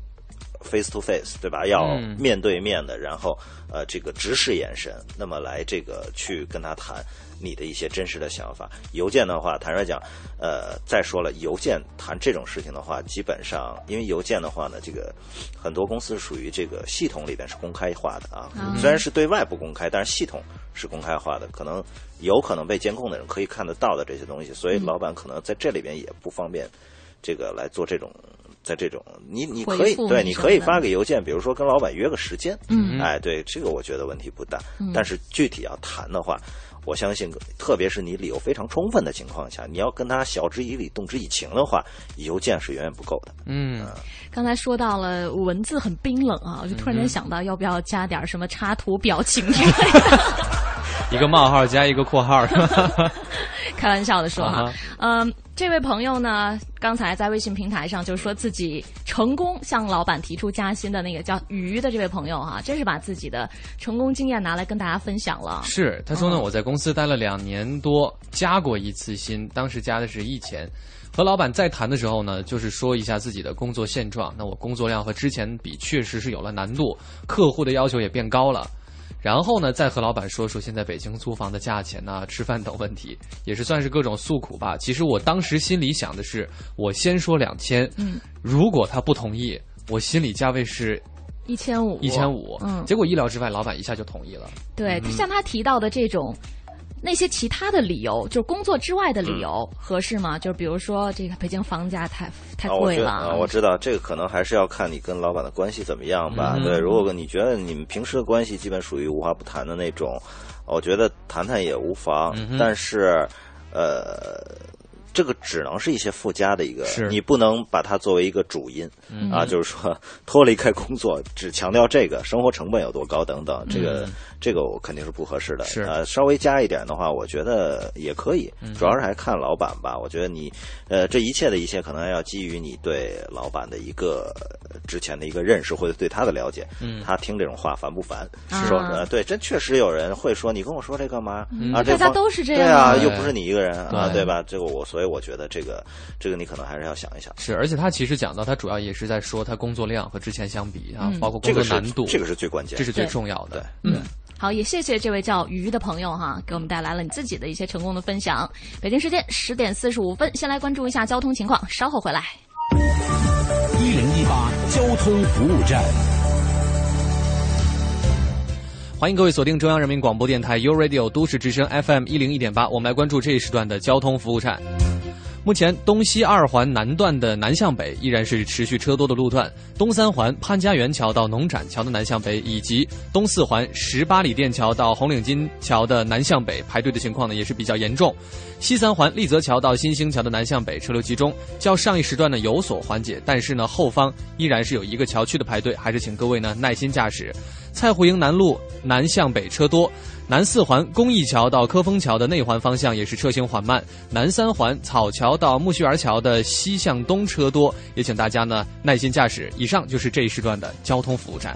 face to face， 对吧？要面对面的，然后这个直视眼神，那么来这个去跟他谈你的一些真实的想法。邮件的话，坦率讲，再说了，邮件谈这种事情的话，基本上因为邮件的话呢，这个很多公司属于这个系统里边是公开化的虽然是对外不公开，但是系统是公开化的，有可能被监控的人可以看得到的这些东西，所以老板可能在这里边也不方便这个来做这种在这种你可以对，你可以发个邮件，比如说跟老板约个时间，哎，对，这个我觉得问题不大。但是具体要谈的话，我相信，特别是你理由非常充分的情况下，你要跟他晓之以理、动之以情的话，邮件是远远不够的。 刚才说到了文字很冰冷啊，我就突然间想到，要不要加点什么插图、表情之类的？ 一个冒号加一个括号， 开玩笑的说哈。这位朋友呢，刚才在微信平台上就说自己成功向老板提出加薪的那个叫鱼的这位朋友哈，真是把自己的成功经验拿来跟大家分享了。 是，他说呢，我在公司待了2年多，加过一次薪，当时加的是1000。和老板再谈的时候呢，就是说一下自己的工作现状。那我工作量和之前比确实是有了难度，客户的要求也变高了。然后呢，再和老板说现在北京租房的价钱啊、吃饭等问题，也是算是各种诉苦吧。其实我当时心里想的是，我先说2000，如果他不同意，我心理价位是1500，结果意料之外，老板一下就同意了。 对，像他提到的这种。那些其他的理由，就是工作之外的理由，合适吗？就是比如说，这个北京房价太贵了。 我知道这个可能还是要看你跟老板的关系怎么样吧。对，如果你觉得你们平时的关系基本属于无话不谈的那种，我觉得谈谈也无妨。但是，这个只能是一些附加的一个，你不能把它作为一个主因就是说脱离开工作，只强调这个生活成本有多高等等，这个我肯定是不合适的。稍微加一点的话，我觉得也可以，主要是还看老板吧。我觉得你这一切的一切可能要基于你对老板的一个之前的一个认识或者对他的了解，他听这种话烦不烦？说对，真确实有人会说你跟我说这干嘛大家都是这样， 对啊，又不是你一个人对吧？这个所以我觉得这个你可能还是要想一想。 是，而且他其实讲到，他主要也是在说他工作量和之前相比包括工作难度， 这个是最关键， 这是最重要的。 好，也谢谢这位叫鱼的朋友哈，给我们带来了你自己的一些成功的分享。北京时间10点45分，先来关注一下交通情况，稍后回来。 1018交通服务站。 欢迎各位锁定中央人民广播电台 U Radio 都市之声 FM 101.8，我们来关注这一时段的交通服务站。目前东西2环南段的南向北依然是持续车多的路段，东3环潘家园桥到农展桥的南向北，以及东4环18里店桥到红领巾桥的南向北排队的情况呢也是比较严重。西3环立泽桥到新兴桥的南向北车流集中，较上一时段呢有所缓解，但是呢后方依然是有一个桥区的排队，还是请各位呢耐心驾驶。蔡湖营南路南向北车多，南4环公益桥到科丰桥的内环方向也是车行缓慢，南3环草桥到木樨园桥的西向东车多，也请大家呢耐心驾驶。以上就是这一时段的交通服务站。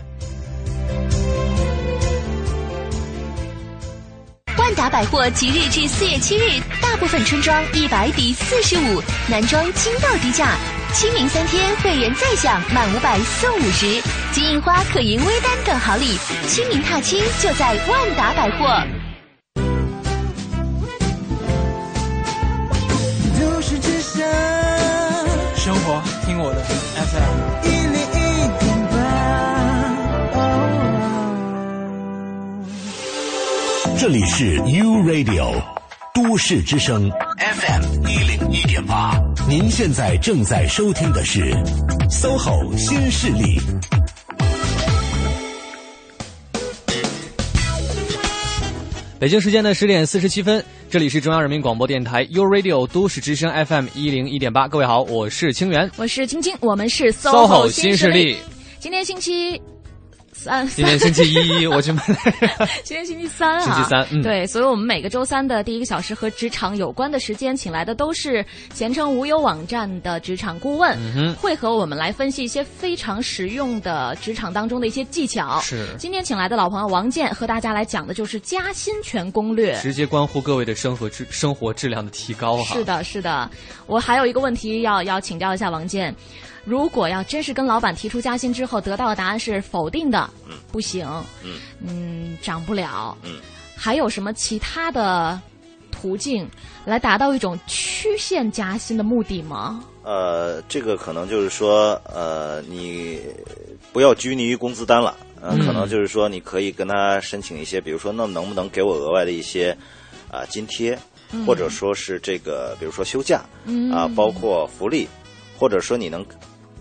万达百货即日至4月7日，大部分春装100抵45，男装精到低价。清明3天会员再享，满500送50，金印花可赢微单等好礼。清明踏青就在万达百货。 都市之声， 生活听我的 FM 101.8。这里是 U Radio 都市之声 FM 101.8。您现在正在收听的是 SOHO 新势力。 北京时间的10点47分，这里是中央人民广播电台 U Radio 都市之声 FM 101.8。各位好，我是清源， 我是青青，我们是 SOHO 新势力。 今天星期今天星期1，我去买。 今天星期3啊， 星期3， 对，所以我们每个周3的第1个小时和职场有关的时间，请来的都是前程无忧网站的职场顾问，会和我们来分析一些非常实用的职场当中的一些技巧。 是， 今天请来的老朋友王健和大家来讲的就是加薪全攻略， 直接关乎各位的生活质量的提高哈。 是的，是的。我还有一个问题要请教一下王健。如果要真是跟老板提出加薪之后得到的答案是否定的，不行，涨不了，还有什么其他的途径来达到一种曲线加薪的目的吗？ 这个可能就是说，你不要拘泥于工资单了，可能就是说你可以跟他申请一些，比如说那能不能给我额外的一些津贴，或者说是这个比如说休假包括福利，或者说你能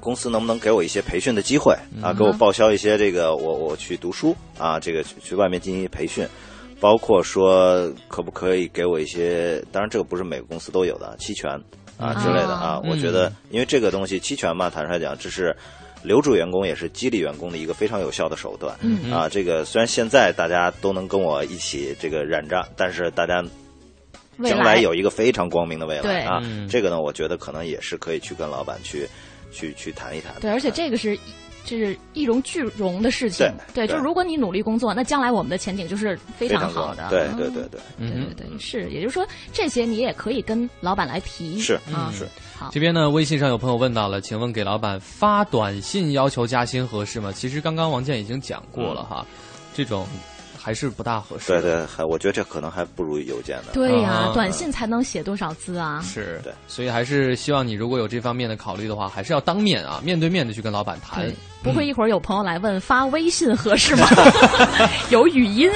公司能不能给我一些培训的机会啊，给我报销一些这个我去读书啊，这个去外面进行培训。包括说可不可以给我一些，当然这个不是每个公司都有的期权啊之类的啊。我觉得因为这个东西期权嘛，坦率讲这是留住员工也是激励员工的一个非常有效的手段啊。这个虽然现在大家都能跟我一起这个忍着，但是大家将来有一个非常光明的未来啊。这个呢我觉得可能也是可以去跟老板去谈一谈。 对，而且这个是一荣俱荣的事情。对，就是如果你努力工作，那将来我们的前景就是非常好的。 对， 是，也就是说这些你也可以跟老板来提。 是。 好， 这边呢，微信上有朋友问到了，请问给老板发短信要求加薪合适吗？其实刚刚王健已经讲过了哈，这种还是不大合适。 对，我觉得这可能还不如邮件呢。 对呀，短信才能写多少字啊？ 是，对，所以还是希望你如果有这方面的考虑的话，还是要当面啊，面对面的去跟老板谈。 不会一会儿有朋友来问发微信合适吗？有语音。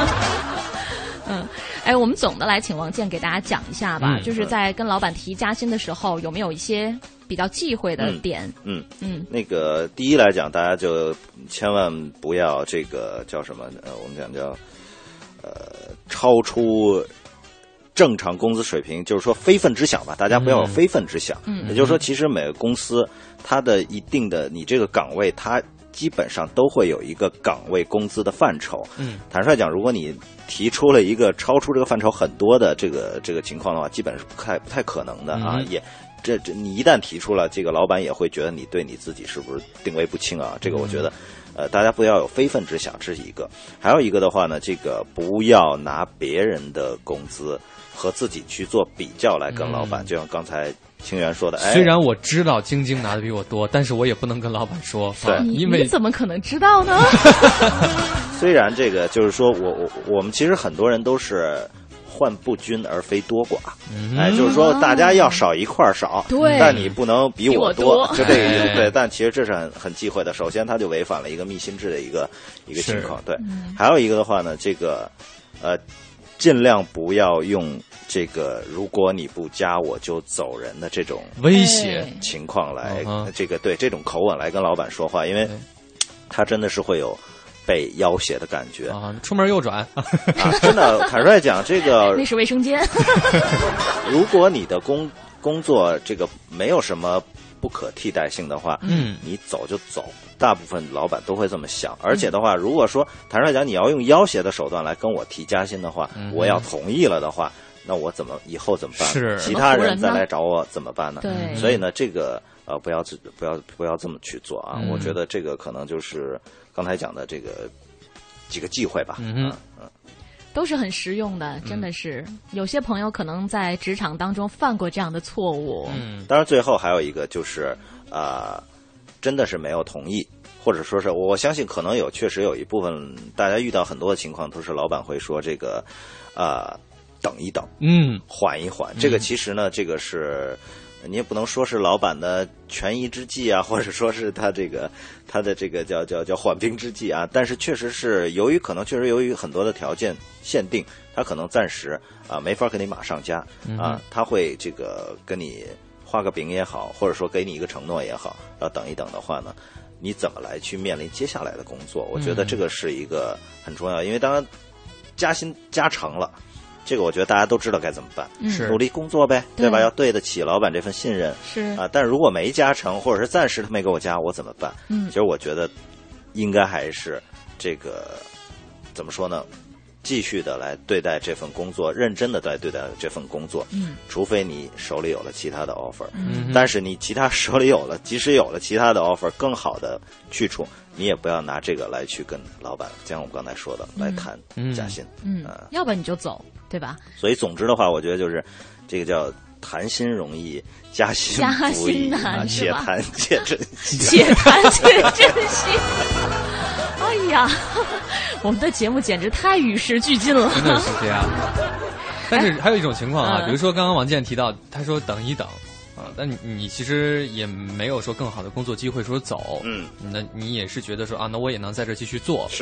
我们总的来请王健给大家讲一下吧，就是在跟老板提加薪的时候，有没有一些比较忌讳的点？ 那个第一来讲，大家就千万不要这个叫什么？我们讲叫超出正常工资水平，就是说非分之想吧，大家不要有非分之想。也就是说，其实每个公司它的一定的你这个岗位，它基本上都会有一个岗位工资的范畴。坦率讲，如果你提出了一个超出这个范畴很多的这个情况的话，基本是不太可能的啊。也这你一旦提出了，这个老板也会觉得你对你自己是不是定位不清啊？这个我觉得大家不要有非分之想，这是一个。还有一个的话呢，这个不要拿别人的工资和自己去做比较来跟老板，就像刚才清源说的， 虽然我知道晶晶拿的比我多，但是我也不能跟老板说， 对， 因为你怎么可能知道呢？ 虽然这个就是说我们其实很多人都是患不均而非多寡，就是说大家要少一块少，但你不能比我多，就这个意思。对，但其实这是很忌讳的。首先，它就违反了一个密心制的一个情况。对，还有一个的话呢，这个尽量不要用这个如果你不加我就走人的这种威胁情况来这种口吻来跟老板说话，因为他真的是会有被要挟的感觉啊，出门右转啊！真的，坦率讲，这个那是卫生间。 如果你的工作这个没有什么不可替代性的话，你走就走。大部分老板都会这么想，而且的话，如果说坦率讲，你要用要挟的手段来跟我提加薪的话，我要同意了的话，那我以后怎么办？ 是其他人再来找我怎么办呢？ 对， 所以呢，这个不要这么去做啊！我觉得这个可能就是刚才讲的这个几个忌讳吧。 都是很实用的，真的是。有些朋友可能在职场当中犯过这样的错误。 当然最后还有一个就是真的是没有同意，或者说是我相信可能确实有一部分大家遇到很多的情况都是老板会说这个等一等，缓一缓。这个其实呢，这个是你也不能说是老板的权宜之计啊，或者说是他的这个叫缓兵之计啊。但是确实是由于很多的条件限定，他可能暂时没法给你马上加他会这个跟你画个饼也好，或者说给你一个承诺也好，要等一等的话呢，你怎么来去面临接下来的工作？我觉得这个是一个很重要，因为当然加薪加成了，这个我觉得大家都知道该怎么办，努力工作呗，对吧？要对得起老板这份信任，但如果没加成，或者是暂时他没给我加，我怎么办？其实我觉得应该还是这个怎么说呢？继续的来对待这份工作，认真的来对待这份工作，除非你手里有了其他的 offer，但是你手里即使有了其他的 offer 更好的去处，你也不要拿这个来去跟老板，像我们刚才说的来谈加薪， 要不然你就走，对吧？ 所以总之的话，我觉得就是这个叫谈心容易，加薪不易，且谈且珍惜， 且谈且珍惜。哎呀，我们的节目简直太与时俱进了， 真的是这样。但是还有一种情况啊，比如说刚刚王健提到，他说等一等但你其实也没有说更好的工作机会说走，那你也是觉得说那我也能在这继续做， 是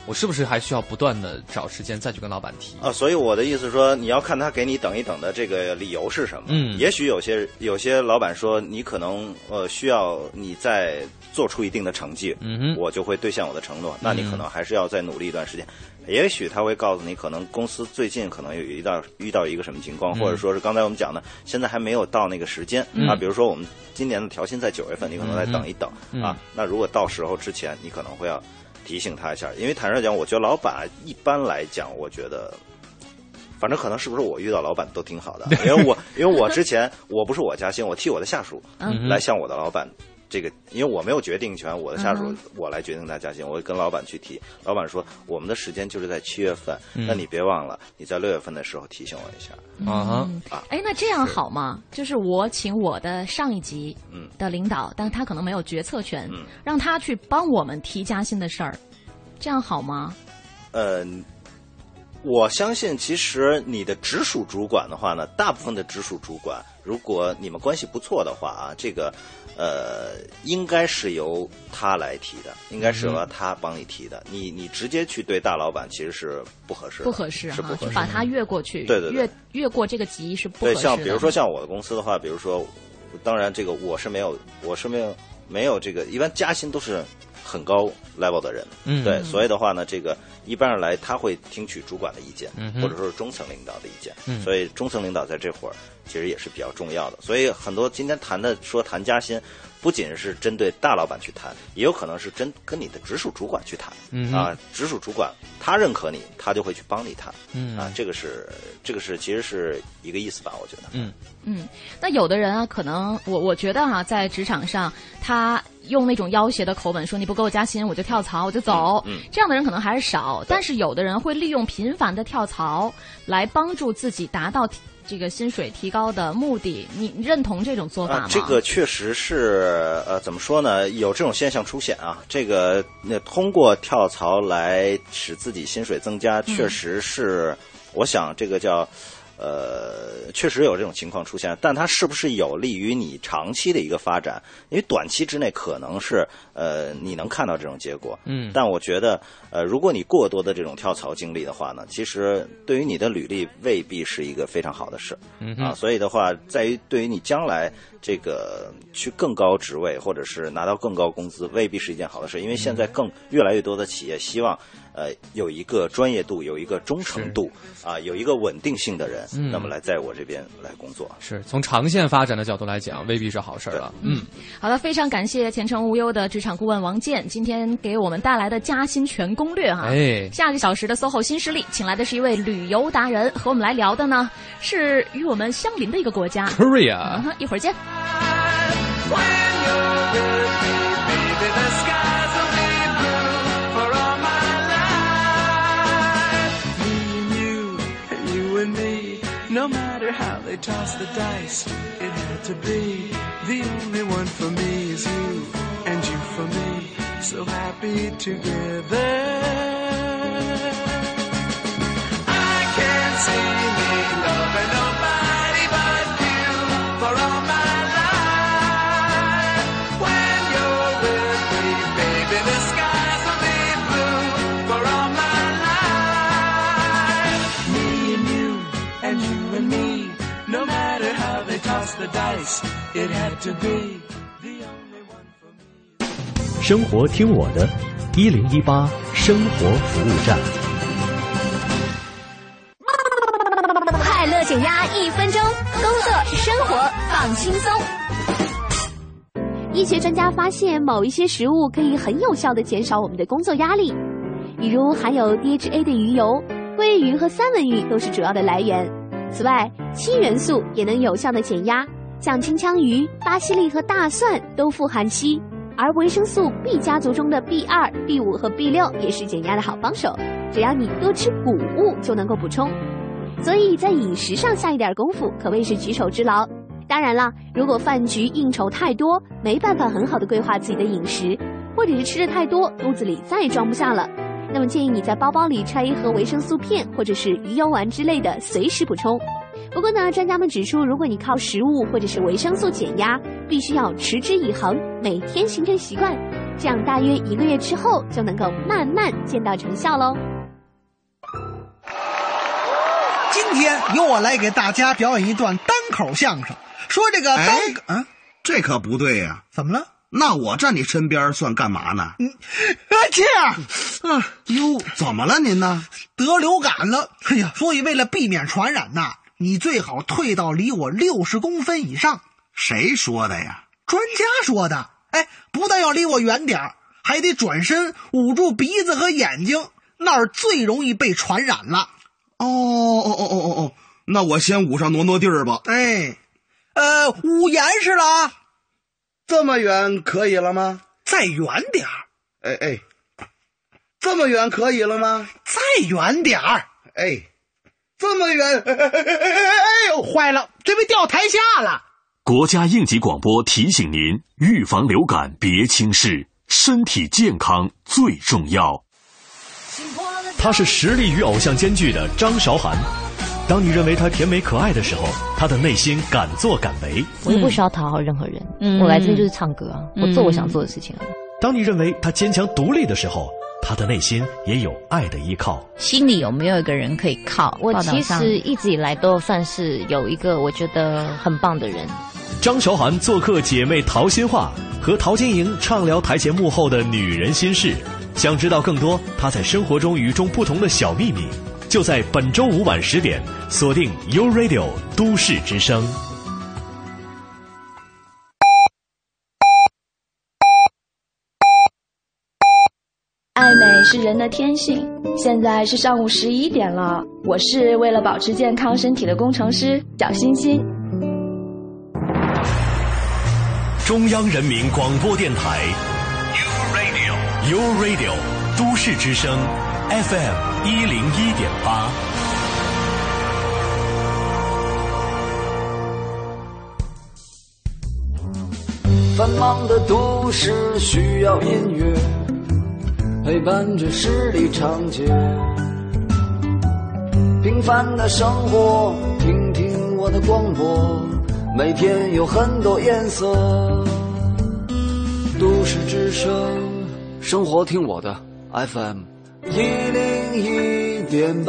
我是不是还需要不断的找时间再去跟老板提啊？所以我的意思说，你要看他给你等一等的这个理由是什么。也许有些老板说你可能需要你再做出一定的成绩，我就会兑现我的承诺。那你可能还是要再努力一段时间。也许他会告诉你，可能公司最近可能有遇到一个什么情况，或者说是刚才我们讲的，现在还没有到那个时间啊。比如说我们今年的调薪在9月份，你可能再等一等啊。那如果到时候之前，你可能会要提醒他一下，因为坦率讲，我觉得老板一般来讲，我觉得，反正可能是不是我遇到老板都挺好的，因为我之前我不是我加薪，我替我的下属来向我的老板。这个，因为我没有决定权，我的下属我来决定他加薪，我跟老板去提，老板说我们的时间就是在7月份，那你别忘了你在6月份的时候提醒我一下。 那这样好吗？就是我请我的上一级的领导，但他可能没有决策权，让他去帮我们提加薪的事儿，这样好吗？ 我相信其实你的直属主管的话呢，大部分的直属主管，如果你们关系不错的话啊，这个应该是由他来提的，应该是由他帮你提的。你直接去对大老板其实是不合适的， 不合适哈，就把他越过去， 对， 越过这个级是不合适的。 对，像比如说像我的公司的话，比如说，当然这个我是没有这个，一般加薪都是很高 level 的人，对，所以的话呢，这个一般上来他会听取主管的意见，或者说是中层领导的意见，所以中层领导在这会儿其实也是比较重要的。所以很多今天谈加薪，不仅是针对大老板去谈，也有可能是跟你的直属主管去谈，直属主管他认可你，他就会去帮你谈，这个是其实是一个意思吧，我觉得。 那有的人啊，可能我觉得哈，在职场上他用那种要挟的口吻说你不给我加薪我就跳槽我就走，这样的人可能还是少，但是有的人会利用频繁的跳槽来帮助自己达到这个薪水提高的目的，你认同这种做法吗？ 这个确实是怎么说呢？有这种现象出现啊。这个通过跳槽来使自己薪水增加，确实是，我想这个叫。确实有这种情况出现，但它是不是有利于你长期的一个发展？因为短期之内可能是你能看到这种结果，但我觉得如果你过多的这种跳槽经历的话呢，其实对于你的履历未必是一个非常好的事，所以的话，在于对于你将来这个去更高职位或者是拿到更高工资，未必是一件好的事，因为现在越来越多的企业希望有一个专业度，有一个忠诚度啊，有一个稳定性的人，那么来在我这边来工作， 是从长线发展的角度来讲，未必是好事了。 好的，非常感谢前程无忧的职场顾问王健今天给我们带来的加薪全攻略哈。下个小时的 SOHO 新势力，请来的是一位旅游达人，和我们来聊的呢是与我们相邻的一个国家 Korea。 一会儿见。 No matter how they toss the dice, it had to be. The only one for me is you, and you for me, so happy together. I can't see me loving nobody but you for all my life. When you're with me, baby, the skies will be blue for all my life. Me and you, and you and me, no matter how they toss the dice, it had to be the only one for me. 生活听我的，1018生活服务站。 快乐减压1分钟，工作生活放轻松。医学专家发现，某一些食物可以很有效地减少我们的工作压力，比如含有 DHA 的鱼油、鲑鱼和三文鱼都是主要的来源。此外，氢元素也能有效的减压，像金枪鱼、巴西利和大蒜都富含硒，而维生素 B 家族中的 B2、B5 和 B6也是减压的好帮手，只要你多吃谷物就能够补充。所以在饮食上下一点功夫可谓是举手之劳。当然了，如果饭局应酬太多，没办法很好的规划自己的饮食，或者是吃的太多，肚子里再也装不下了，那么建议你在包包里揣一盒维生素片或者是鱼油丸之类的，随时补充。不过呢，专家们指出，如果你靠食物或者是维生素减压，必须要持之以恒，每天形成习惯， 这样大约1个月之后就能够慢慢见到成效喽。 今天由我来给大家表演一段单口相声，说这个这可不对呀！ 怎么了？ 那我站你身边算干嘛呢？ 这样， 哟，怎么了您呢？ 得流感了，哎呀，所以为了避免传染呐，你最好退到离我60公分以上。 谁说的呀？ 专家说的。哎，不但要离我远点，还得转身捂住鼻子和眼睛，那儿最容易被传染了。 哦，那我先捂上挪地儿吧。 哎，捂严实了啊。 这么远可以了吗？ 再远点儿。 哎，这么远可以了吗？ 再远点儿。 哎，这么远。哎呦，坏了，这被掉台下了。 国家应急广播提醒您：预防流感别轻视，身体健康最重要。 他是实力与偶像兼具的张韶涵。当你认为他甜美可爱的时候，他的内心敢作敢为。 我也不需要讨好任何人，我来这边就是唱歌啊，我做我想做的事情啊。 当你认为他坚强独立的时候，他的内心也有爱的依靠。 心里有没有一个人可以靠？ 我其实一直以来都算是有一个我觉得很棒的人。 张韶涵做客姐妹淘心话，和陶晶莹畅聊台前幕后的女人心事。想知道更多她在生活中与众不同的小秘密，就在本周5晚10点锁定 You Radio 都市之声。 爱美是人的天性。现在是上午11点了，我是为了保持健康身体的工程师小欣欣。 中央人民广播电台 You Radio 都市之声 FM 101.8。 繁忙的都市需要音乐陪伴着十里长街，平凡的生活，听听我的广播，每天有很多颜色。都市之声，生活听我的 FM 101.8。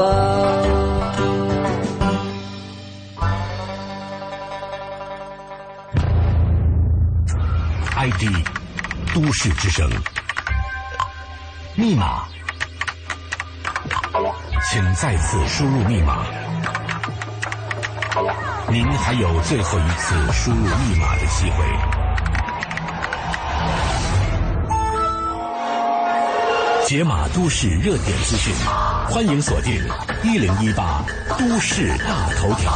ID 都市之声，密码请再次输入密码，您还有最后一次输入密码的机会。解码都市热点资讯，欢迎锁定1018都市大头条。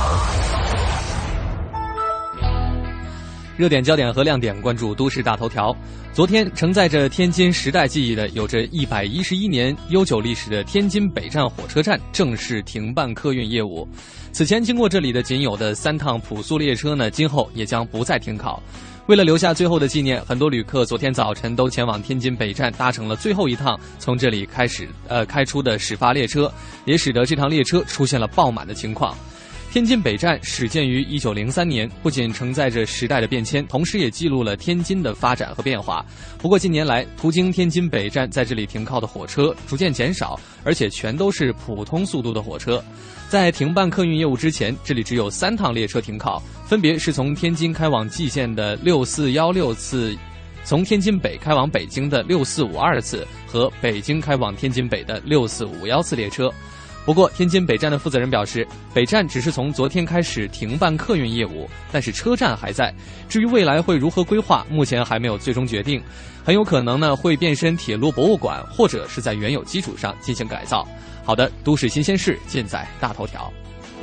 热点焦点和亮点，关注都市大头条。昨天，承载着天津时代记忆的、有着111年悠久历史的天津北站火车站正式停办客运业务。此前经过这里的仅有的3趟普速列车呢，今后也将不再停靠。为了留下最后的纪念，很多旅客昨天早晨都前往天津北站，搭乘了最后一趟从这里开出的始发列车，也使得这趟列车出现了爆满的情况。天津北站始建于1903年，不仅承载着时代的变迁，同时也记录了天津的发展和变化。不过近年来，途经天津北站在这里停靠的火车逐渐减少，而且全都是普通速度的火车。在停办客运业务之前，这里只有3趟列车停靠，分别是从天津开往蓟县的6416次，从天津北开往北京的6452次和北京开往天津北的6451次列车。不过，天津北站的负责人表示，北站只是从昨天开始停办客运业务，但是车站还在。至于未来会如何规划，目前还没有最终决定，很有可能呢会变身铁路博物馆，或者是在原有基础上进行改造。好的，都市新鲜事尽在大头条。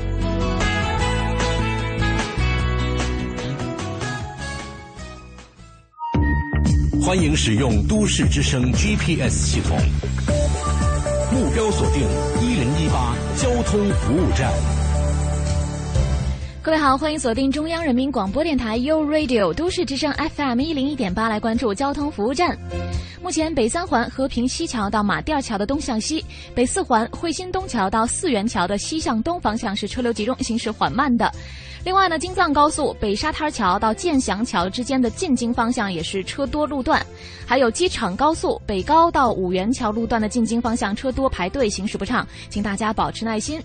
欢迎使用都市之声 GPS 系统，目标锁定1018交通服务站。 各位好，欢迎锁定中央人民广播电台 You Radio 都市之声 FM 101.8，来关注交通服务站。目前北三环和平西桥到马甸桥的东向西，北四环汇鑫东桥到四元桥的西向东方向是车流集中，行驶缓慢的。另外呢，京藏高速北沙滩桥到建祥桥之间的进京方向也是车多路段，还有机场高速北高到五元桥路段的进京方向车多排队，行驶不畅，请大家保持耐心。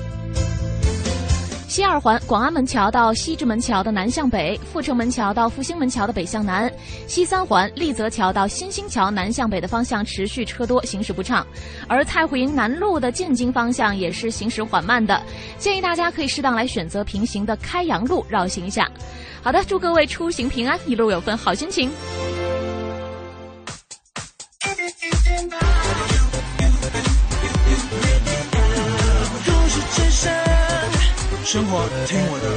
西二环广安门桥到西直门桥的南向北，阜成门桥到复兴门桥的北向南，西三环丽泽桥到新兴桥南向北的方向持续车多，行驶不畅。而太湖营南路的进京方向也是行驶缓慢的，建议大家可以适当来选择平行的开阳路绕行一下。好的，祝各位出行平安，一路有份好心情。 生活听我的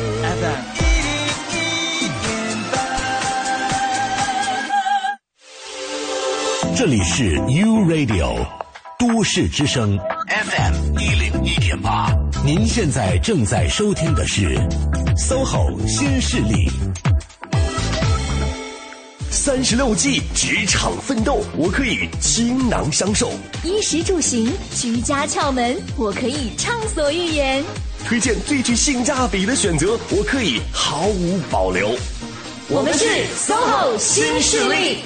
FM。这里是 U Radio 都市之声 FM 101.8，您现在正在收听的是 SOHO 新势力。 36计职场奋斗，我可以倾囊相授； 衣食住行居家窍门，我可以畅所欲言。 推荐最具性价比的选择，我可以毫无保留。 我们是 SOHO 新势力。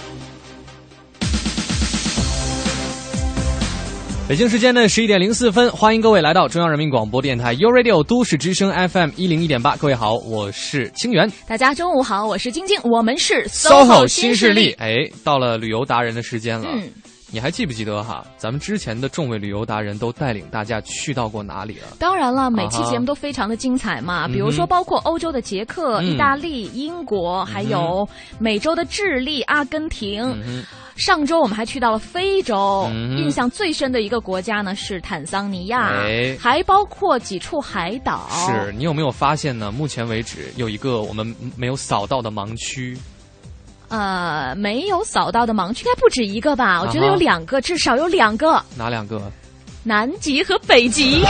北京时间的11点04分，欢迎各位来到中央人民广播电台 You Radio 都市之声 FM 101.8。各位好，我是清源。 大家中午好，我是晶晶。我们是 SOHO 新势力。哎，到了旅游达人的时间了。你还记不记得哈？咱们之前的众位旅游达人都带领大家去到过哪里了？ 当然了，每期节目都非常的精彩嘛。比如说，包括欧洲的捷克、意大利、英国，还有美洲的智利、阿根廷。上周我们还去到了非洲，印象最深的一个国家呢是坦桑尼亚，还包括几处海岛。 是你有没有发现呢？目前为止有一个我们没有扫到的盲区。 没有扫到的盲区应该不止一个吧？我觉得有2个，至少有2个。 哪2个？ 南极和北极。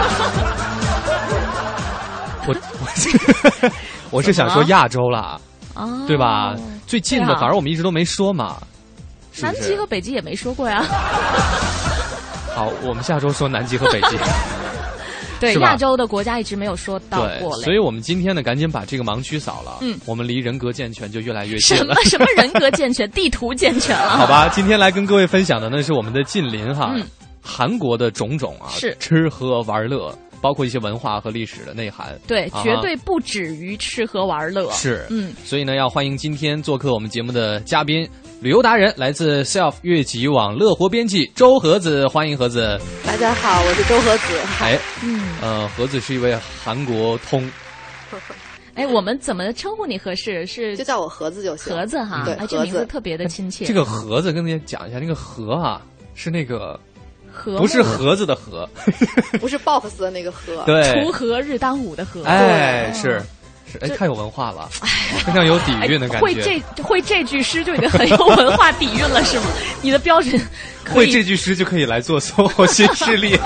我是想说亚洲啦，对吧？最近的反而我们一直都没说嘛。是不是？ 南极和北极也没说过呀。 好，我们下周说南极和北极。 对，亚洲的国家一直没有说到过嘞， 所以我们今天呢，赶紧把这个盲区扫了。我们离人格健全就越来越近了。 什么人格健全？地图健全了？ 好吧，今天来跟各位分享的呢是我们的近邻哈，韩国的种种啊， 是吃喝玩乐，包括一些文化和历史的内涵。 对，绝对不止于吃喝玩乐。 是，所以呢，要欢迎今天做客我们节目的嘉宾。旅游达人来自 Self 越级网乐活编辑周盒子，欢迎盒子。 大家好，我是周盒子。 盒子是一位韩国通。 我们怎么称呼你合适？是就叫我盒子就行。 盒子哈， 对， 这名字特别的亲切。 这个盒子跟大家讲一下，那个盒啊是那个盒， 不是盒子的盒， 不是 box 的那个盒， 对， 锄禾日当午的禾。 是。太有文化了，非常有底蕴的感觉。 会这句诗就已经很有文化底蕴了，是吗？你的标准会这句诗就可以来做SOHO新势力。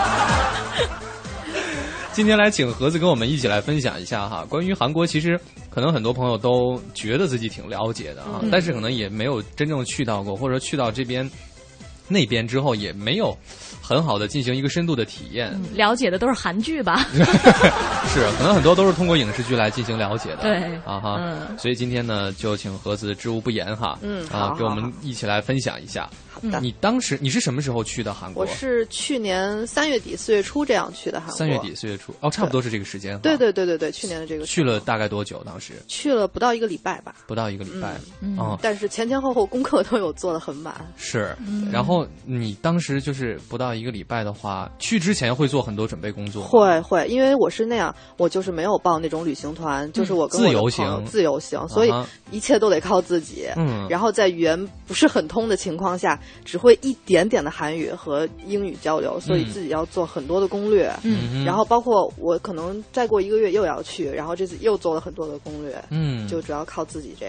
今天来请盒子跟我们一起来分享一下哈，关于韩国，其实可能很多朋友都觉得自己挺了解的哈，但是可能也没有真正去到过，或者去到那边之后也没有很好的进行一个深度的体验。 了解的都是韩剧吧？ 是，可能很多都是通过影视剧来进行了解的。 对所以今天呢，就请盒子知无不言哈，给我们一起来分享一下。你当时你是什么时候去的韩国？ 我是去年3月底4月初这样去的韩国。 3月底4月初，差不多是这个时间。 对，去年的这个去了大概多久？当时去了不到1个礼拜吧。 不到1个礼拜， 但是前后功课都有做得很满。 是，然后你当时就是不到1个礼拜的话，去之前会做很多准备工作。 会，因为我是那样，我就是没有报那种旅行团，就是我跟我的朋友自由行，所以一切都得靠自己。然后在语言不是很通的情况下，只会一点点的韩语和英语交流，所以自己要做很多的攻略。然后包括我可能再过1个月又要去，然后这次又做了很多的攻略。就主要靠自己这样。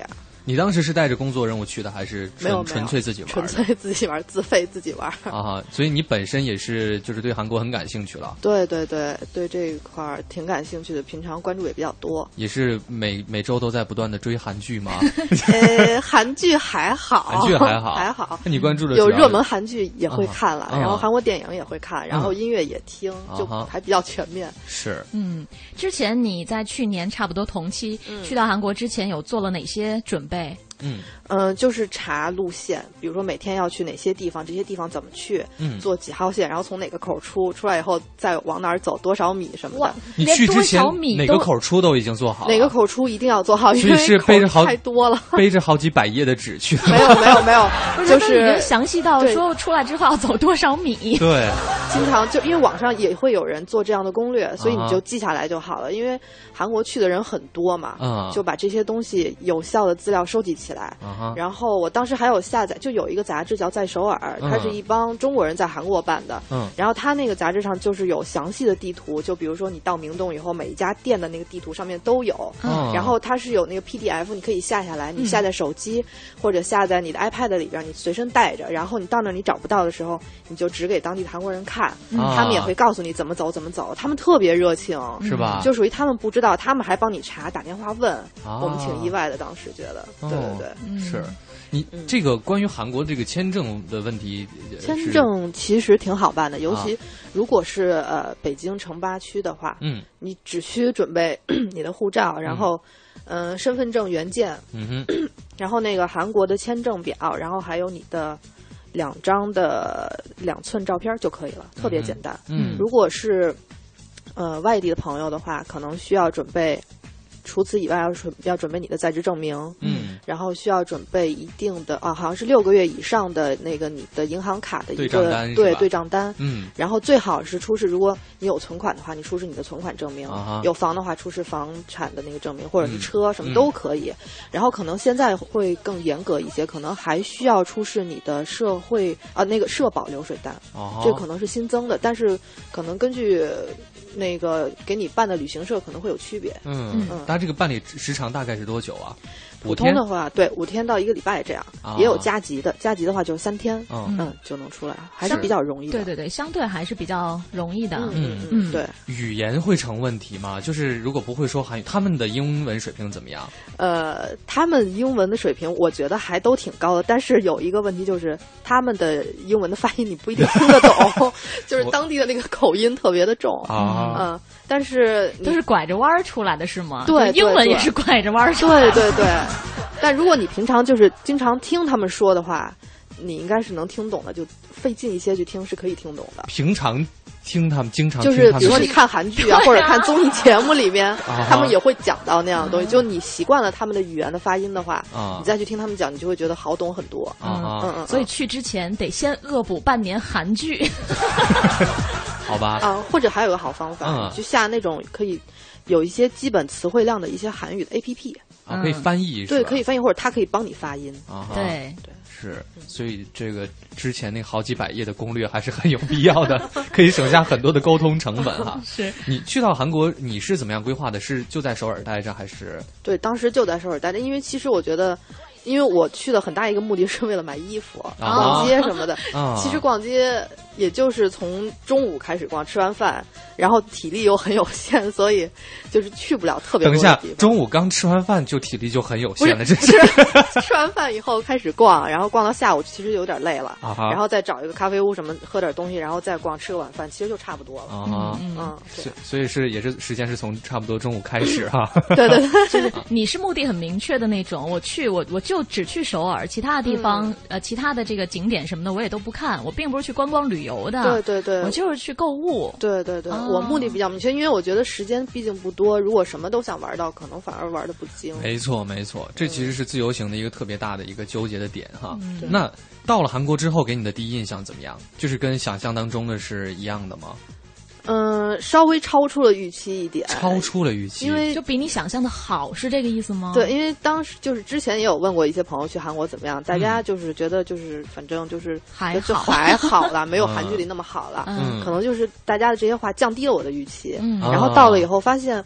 你当时是带着工作任务去的，还是纯粹自己玩？ 纯粹自己玩，自费自己玩啊！所以你本身也是就是对韩国很感兴趣了。 对对对，对这一块挺感兴趣的，平常关注也比较多。 也是每周都在不断的追韩剧吗？ 韩剧还好， 韩剧还好， 还好。 那你关注的有热门韩剧也会看了，然后韩国电影也会看，然后音乐也听，就还比较全面。 是， 之前你在去年差不多同期去到韩国之前，有做了哪些准备？ 就是查路线，比如说每天要去哪些地方，这些地方怎么去，坐几号线，然后从哪个口出来以后再往哪儿走多少米什么的。 你去之前哪个口出都已经做好了？ 哪个口出一定要做好，因为是背着太多了， 背着好几百页的纸去的。 没有，就是已经详细到说出来之后要走多少米。 对， 经常就因为网上也会有人做这样的攻略，所以你就记下来就好了。因为韩国去的人很多嘛，就把这些东西有效的资料收集起来。然后我当时还有下载，就有一个杂志叫《在首尔》，它是一帮中国人在韩国办的。然后它那个杂志上就是有详细的地图，就比如说你到明洞以后，每一家店的那个地图上面都有。然后它是有那个 PDF， 你可以下下来，你下载手机或者下载你的 iPad 里边，你随身带着。然后你到那你找不到的时候，你就指给当地的韩国人看，他们也会告诉你怎么走。他们特别热情， 是吧？ 就属于他们不知道，他们还帮你查，打电话问。我们挺意外的，当时觉得，对。 是，你这个关于韩国这个签证的问题， 签证其实挺好办的，尤其如果是北京城8区的话，你只需准备你的护照，然后身份证原件，然后那个韩国的签证表，然后还有你的2张的2寸照片就可以了，特别简单。如果是外地的朋友的话，可能需要准备。除此以外，要准备你的在职证明，然后需要准备一定的好像是6个月以上的那个你的银行卡的一个对账单，然后最好是出示，如果你有存款的话，你出示你的存款证明，有房的话出示房产的那个证明，或者是车什么都可以。然后可能现在会更严格一些，可能还需要出示你的社会那个社保流水单，这可能是新增的，但是可能根据那个给你办的旅行社可能会有区别。 它这个办理时长大概是多久啊？ 普通的话，对，5天到1个礼拜这样，也有加急的，加急的话就是3天，就能出来，还是比较容易的。 对，相对还是比较容易的。 对。 语言会成问题吗？就是如果不会说韩语，他们的英文水平怎么样？ 他们英文的水平我觉得还都挺高的，但是有一个问题就是他们的英文的发音你不一定听得懂，就是当地的那个口音特别的重但是都是拐着弯儿出来的是吗？ 对， 英文也是拐着弯儿出来的。 对。但如果你平常就是经常听他们说的话，你应该是能听懂的，就费劲一些去听是可以听懂的。 平常听他们经常就是比如说你看韩剧或者看综艺节目里面他们也会讲到那样的东西，就你习惯了他们的语言的发音的话，你再去听他们讲，你就会觉得好懂很多。 所以去之前得先恶补半年韩剧。 好吧。 或者还有个好方法，就下那种可以有一些基本词汇量的一些韩语的 APP。 可以翻译， 对，可以翻译，或者它可以帮你发音。 对， 是，所以这个之前那好几百页的攻略还是很有必要的，可以省下很多的沟通成本哈。 是你去到韩国，你是怎么样规划的？是就在首尔待着，还是？ 对，当时就在首尔待着，因为其实我觉得。因为我去的很大一个目的是为了买衣服、逛街什么的。其实逛街也就是从中午开始逛，吃完饭，然后体力又很有限，所以就是去不了特别多的地方。 等一下，中午刚吃完饭就体力就很有限了，这是吃完饭以后开始逛，然后逛到下午其实有点累了，然后再找一个咖啡屋什么喝点东西，然后再逛吃个晚饭，其实就差不多了。 所以也是时间是从差不多中午开始哈。 对， 就是你是目的很明确的那种，我就只去首尔，其他的地方其他的这个景点什么的我也都不看，我并不是去观光旅游的。 对， 我就是去购物。 对，我目的比较明确，因为我觉得时间毕竟不多，如果什么都想玩到，可能反而玩的不精。 没错，这其实是自由行的一个特别大的一个纠结的点哈。那到了韩国之后，给你的第一印象怎么样？就是跟想象当中的是一样的吗？ 稍微超出了预期一点。 超出了预期， 因为就比你想象的好，是这个意思吗？ 对，因为当时就是之前也有问过一些朋友去韩国怎么样，大家就是觉得就是反正就是还好了，没有韩剧里那么好了。可能就是大家的这些话降低了我的预期。然后到了以后发现，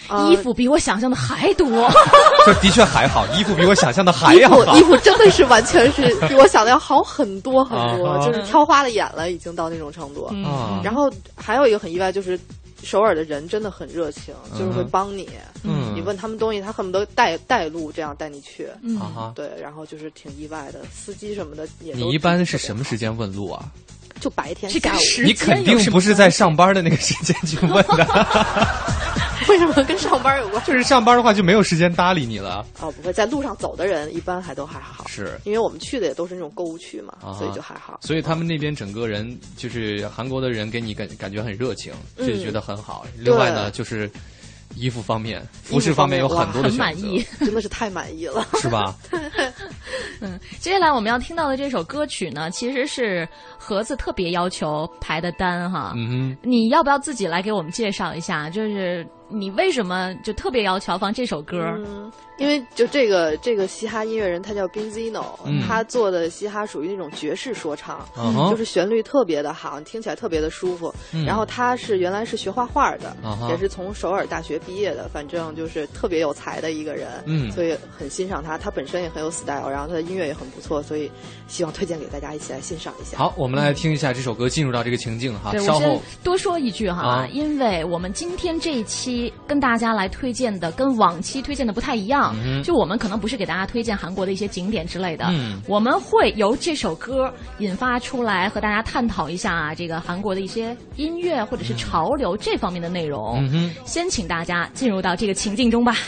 衣服比我想象的还多。 这的确还好，衣服比我想象的还要好。 衣服真的是完全是比我想的要好很多很多，就是挑花了眼了，已经到那种程度。然后还有一个很意外，就是首尔的人真的很热情，就是会帮你。你问他们东西，他恨不得带路这样带你去。对，然后就是挺意外的，司机什么的也都。 你一般是什么时间问路啊？ 就白天下午。 你肯定不是在上班的那个时间去问的。 为什么跟上班有关？ 就是上班的话就没有时间搭理你了。 不会，在路上走的人一般还好。 是因为我们去的也都是那种购物区嘛，所以就还好。 所以他们那边整个人就是韩国的人给你感觉很热情，就觉得很好。另外呢，就是衣服方面、服饰方面有很多的选择， 很满意， 真的是太满意了， 是吧？ 接下来我们要听到的这首歌曲呢，其实是盒子特别要求排的单哈。你要不要自己来给我们介绍一下？就是你为什么就特别要求放这首歌？ 因为就这个嘻哈音乐人他叫 Benzino，他做的嘻哈属于那种爵士说唱，就是旋律特别的好，听起来特别的舒服。然后他原来是学画画的，也是从首尔大学毕业的，反正就是特别有才的一个人。所以很欣赏他，他本身也很有 style， 然后他的音乐也很不错，所以希望推荐给大家一起来欣赏一下。 好，我们来听一下这首歌，进入到这个情境哈。 稍后多说一句哈，因为我们今天这一期跟大家来推荐的跟往期推荐的不太一样。就我们可能不是给大家推荐韩国的一些景点之类的，我们会由这首歌引发出来和大家探讨一下这个韩国的一些音乐或者是潮流这方面的内容。先请大家进入到这个情境中吧。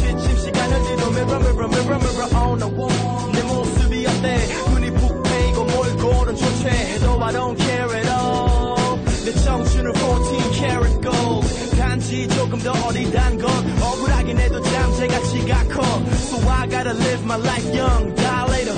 조금 더 어리단 건 억울하긴 해도 잠재가 지각커 So I gotta live my life young Die later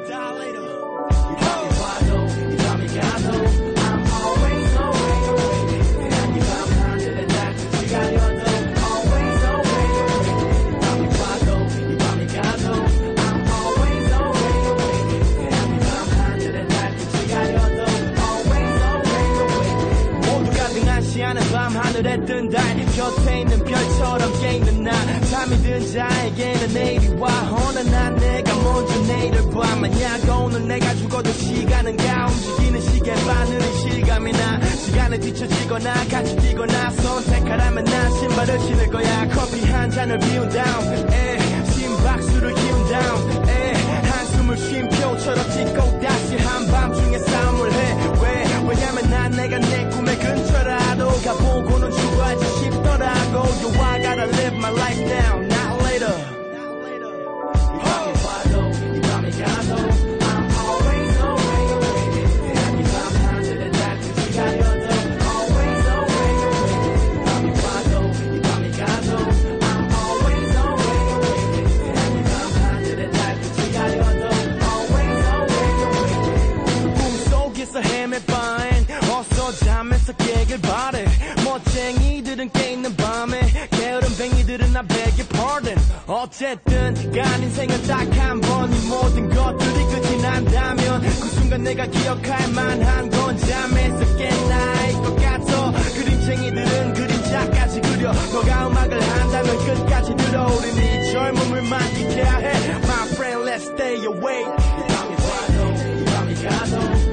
이 밤이 와도 이 밤이 가도 I'm always away 이 밤 하늘에 달빛이 가려도 Always away 이 밤이 와도 이 밤이 가도 I'm always away 이 밤 하늘에 달빛이 가려도 Always away 모두가 등한시하는 밤 하늘에 뜬 달 곁에 있는 별처럼 깨있는 나 잠이 든 자에게는 내일이 와 허나 내가 먼저 내일을 봐 만약 오늘 내가 죽어도 시간은 가 움직이는 시계 바늘이 실감이 나 시간에 뒤처지거나 같이 뛰거나 선택하라면 난 신발을 신을 거야 커피 한 잔을 비운 다음 심박수를 키운 다음 한숨을 쉼표처럼 찍고 다시 한밤중에 싸움을 해 왜냐면 난 내가 내 꿈의 근처라도 가보고는 죽어야지 싶더라고 Yo, I gotta live my life now, not later 이 밤이 와도 이 밤이 가도 I'm always away 이 밤 하늘에 달빛이 가려도 Always away 이 밤이 와도 이 밤이 가도 I'm always away 이 밤 하늘에 달빛이 가려도 Always away 꿈속에서 헤맬 바엔 어서 잠에서 깨길 바래 멋쟁이들은 깨있는 밤에 게으름뱅이들은 I beg your pardon 어쨌든 간 인생은 딱 한 번 이 모든 것들이 끝이 난다면 그 순간 내가 기억할 만한 건 잠에서 깬 나일 것 같아 그림쟁이들은 그림자까지 그려 너가 음악을 한다면 끝까지 들어 우린 이 젊음을 만끽해야 해 My friend let's stay awake 이 밤이 와도 이 밤이 가도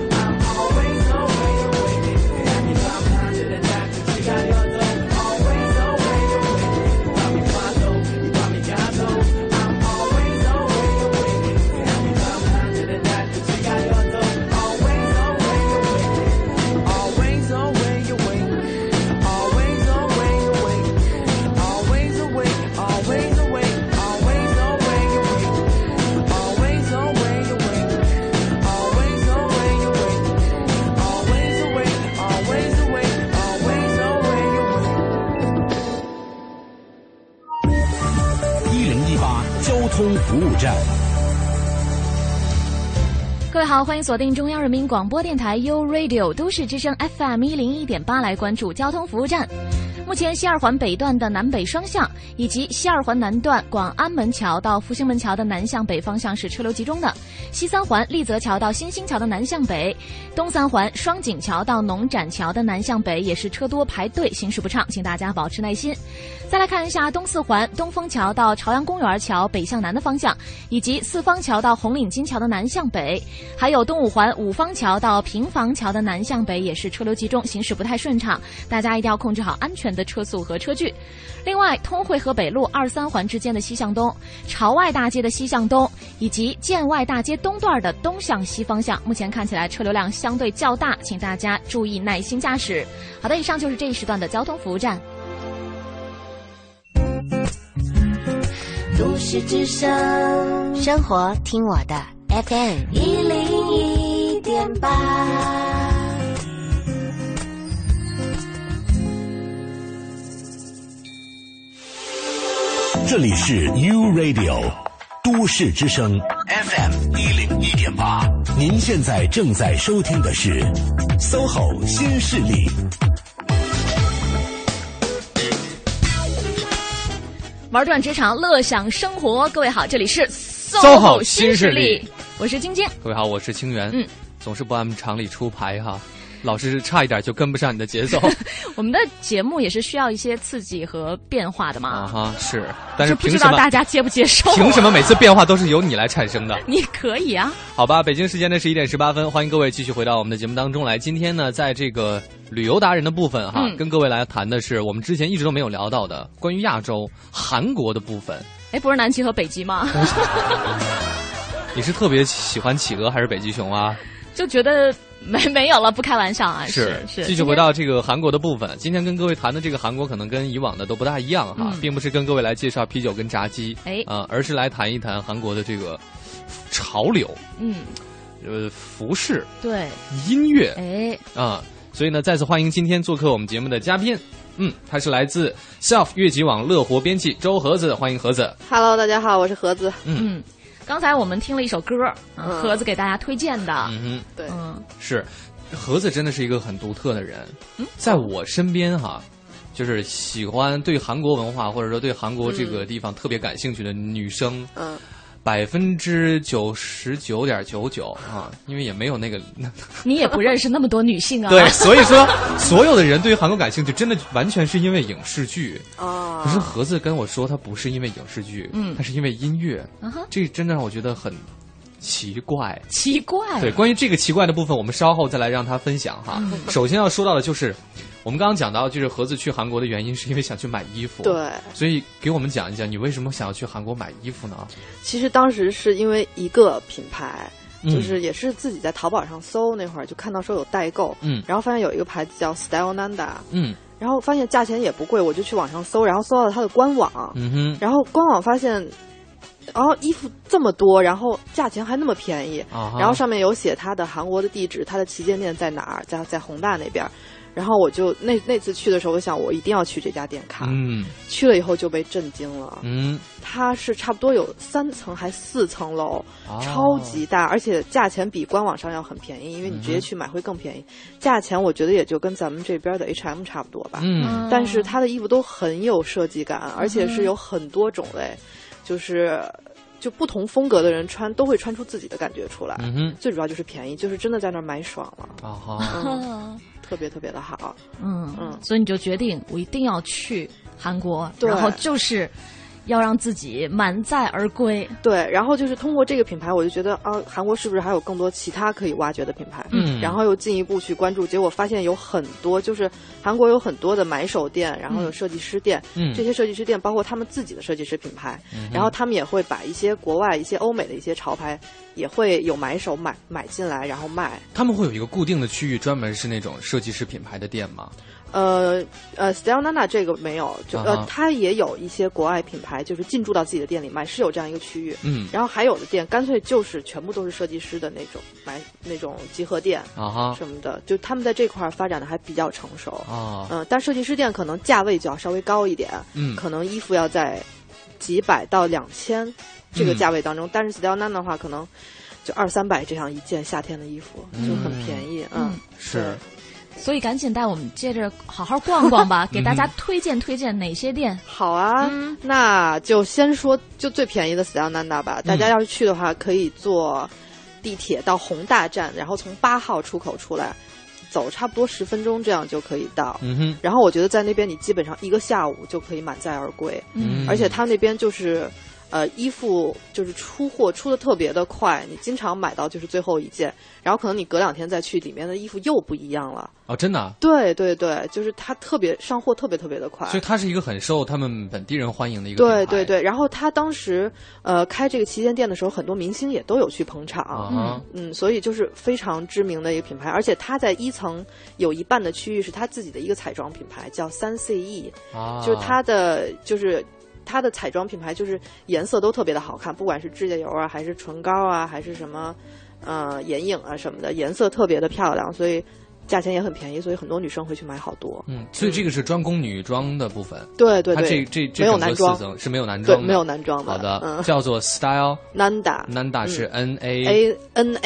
交通服务站。 各位好，欢迎锁定中央人民广播电台 U Radio 都市之声 FM 101.8来关注交通服务站。目前西二环北段的南北双向，以及西二环南段广安门桥到复兴门桥的南向北方向是车流集中的，西三环丽泽桥到新兴桥的南向北，东三环双井桥到农展桥的南向北也是车多排队，行驶不畅，请大家保持耐心。再来看一下东四环东风桥到朝阳公园桥北向南的方向，以及四方桥到红领巾桥的南向北，还有东五环五方桥到平房桥的南向北也是车流集中，行驶不太顺畅，大家一定要控制好安全的车速和车距。另外，通惠河北路23环之间的西向东、朝外大街的西向东以及建外大街东段的东向西方向，目前看起来车流量相对较大，请大家注意耐心驾驶。好的，以上就是这一时段的交通服务站。 都市之声，生活听我的 FM 101.8。 这里是 U Radio 都市之声 FM 101.8，您现在正在收听的是 SOHO 新势力。 玩转职场，乐享生活。各位好，这里是 SOHO 新势力，我是晶晶。 各位好，我是清源。总是不按常理出牌哈，老是差一点就跟不上你的节奏。 我们的节目也是需要一些刺激和变化的嘛。 啊哈，是，但是不知道大家接不接受？ 凭什么每次变化都是由你来产生的？ 你可以啊。 好吧，北京时间的11点18分，欢迎各位继续回到我们的节目当中来。今天呢，在这个旅游达人的部分哈，跟各位来谈的是我们之前一直都没有聊到的关于亚洲韩国的部分。 哎，不是南极和北极吗？ 你是特别喜欢企鹅还是北极熊啊？ 就觉得没有了，不开玩笑啊。是继续回到这个韩国的部分。今天跟各位谈的这个韩国可能跟以往的都不大一样哈，并不是跟各位来介绍啤酒跟炸鸡，而是来谈一谈韩国的这个潮流，服饰，对，音乐，所以呢，再次欢迎今天做客我们节目的嘉宾，他是来自 Self 乐集网乐活编辑周盒子，欢迎盒子。 Hello， 大家好，我是盒子。 刚才我们听了一首歌，盒子给大家推荐的。 对， 是，盒子真的是一个很独特的人。在我身边哈，就是喜欢对韩国文化或者说对韩国这个地方特别感兴趣的女生，99.99%啊，因为也没有那个。 你也不认识那么多女性啊。 对，所以说所有的人对于韩国感兴趣，真的完全是因为影视剧。可是盒子跟我说，他不是因为影视剧，他是因为音乐。这真的让我觉得很奇怪。 奇怪。 对，关于这个奇怪的部分，我们稍后再来让他分享哈。首先要说到的就是，我们刚刚讲到，就是盒子去韩国的原因是因为想去买衣服。 对。 所以给我们讲一讲，你为什么想要去韩国买衣服呢？ 其实当时是因为一个品牌。就是也是自己在淘宝上搜，那会儿就看到说有代购，然后发现有一个牌子叫 Style Nanda，然后发现价钱也不贵，我就去网上搜，然后搜到它的官网，然后官网发现，衣服这么多，然后价钱还那么便宜，然后上面有写它的韩国的地址，它的旗舰店在哪儿，在宏大那边。然后我就那次去的时候，我想我一定要去这家店看。去了以后就被震惊了。它是差不多有3层还4层楼，超级大，而且价钱比官网上要很便宜，因为你直接去买会更便宜。价钱我觉得也就跟咱们这边的 H&M 差不多吧。但是它的衣服都很有设计感，而且是有很多种类，就不同风格的人穿都会穿出自己的感觉出来。最主要就是便宜，就是真的在那儿买爽了。特别特别的好。 所以你就决定我一定要去韩国，然后就是要让自己满载而归。 对，然后就是通过这个品牌，我就觉得韩国是不是还有更多其他可以挖掘的品牌？然后又进一步去关注，结果发现有很多，就是韩国有很多的买手店，然后有设计师店，这些设计师店包括他们自己的设计师品牌，然后他们也会把一些国外、一些欧美的一些潮牌，也会有买手买进来，然后卖。 他们会有一个固定的区域，专门是那种设计师品牌的店吗 ？Style Nanda 这个没有，它也有一些国外品牌，就是进驻到自己的店里卖，是有这样一个区域。然后还有的店干脆就是全部都是设计师的那种买那种集合店什么的，就他们在这块发展的还比较成熟。但设计师店可能价位就要稍微高一点，可能衣服要在几百到2000这个价位当中，但是 Style Nanda 的话可能就200-300这样一件夏天的衣服，就很便宜。 是。 所以赶紧带我们接着好好逛逛吧，给大家推荐哪些店。 好啊，那就先说就最便宜的 Style Nanda 吧。大家要是去的话，可以坐地铁到弘大站，然后从8号出口出来，走差不多10分钟这样就可以到。然后我觉得在那边你基本上一个下午就可以满载而归。而且他那边就是衣服就是出货出的特别的快，你经常买到就是最后一件，然后可能你隔2天再去，里面的衣服又不一样了。 哦，真的啊？ 对对对，就是它特别上货特别的快， 所以它是一个很受他们本地人欢迎的一个品牌。 对对对，然后他当时开这个旗舰店的时候，很多明星也都有去捧场。所以就是非常知名的一个品牌，而且它在1层有一半的区域是它自己的一个彩妆品牌，叫3CE，就是它的彩妆品牌就是颜色都特别的好看，不管是指甲油啊，还是唇膏啊，还是什么眼影啊什么的，颜色特别的漂亮，所以价钱也很便宜，所以很多女生会去买好多。 所以这个是专攻女装的部分。 对对对， 它这没有男装， 是没有男装的， 对，没有男装的。 好的，叫做 Style Nanda 是 NANDA。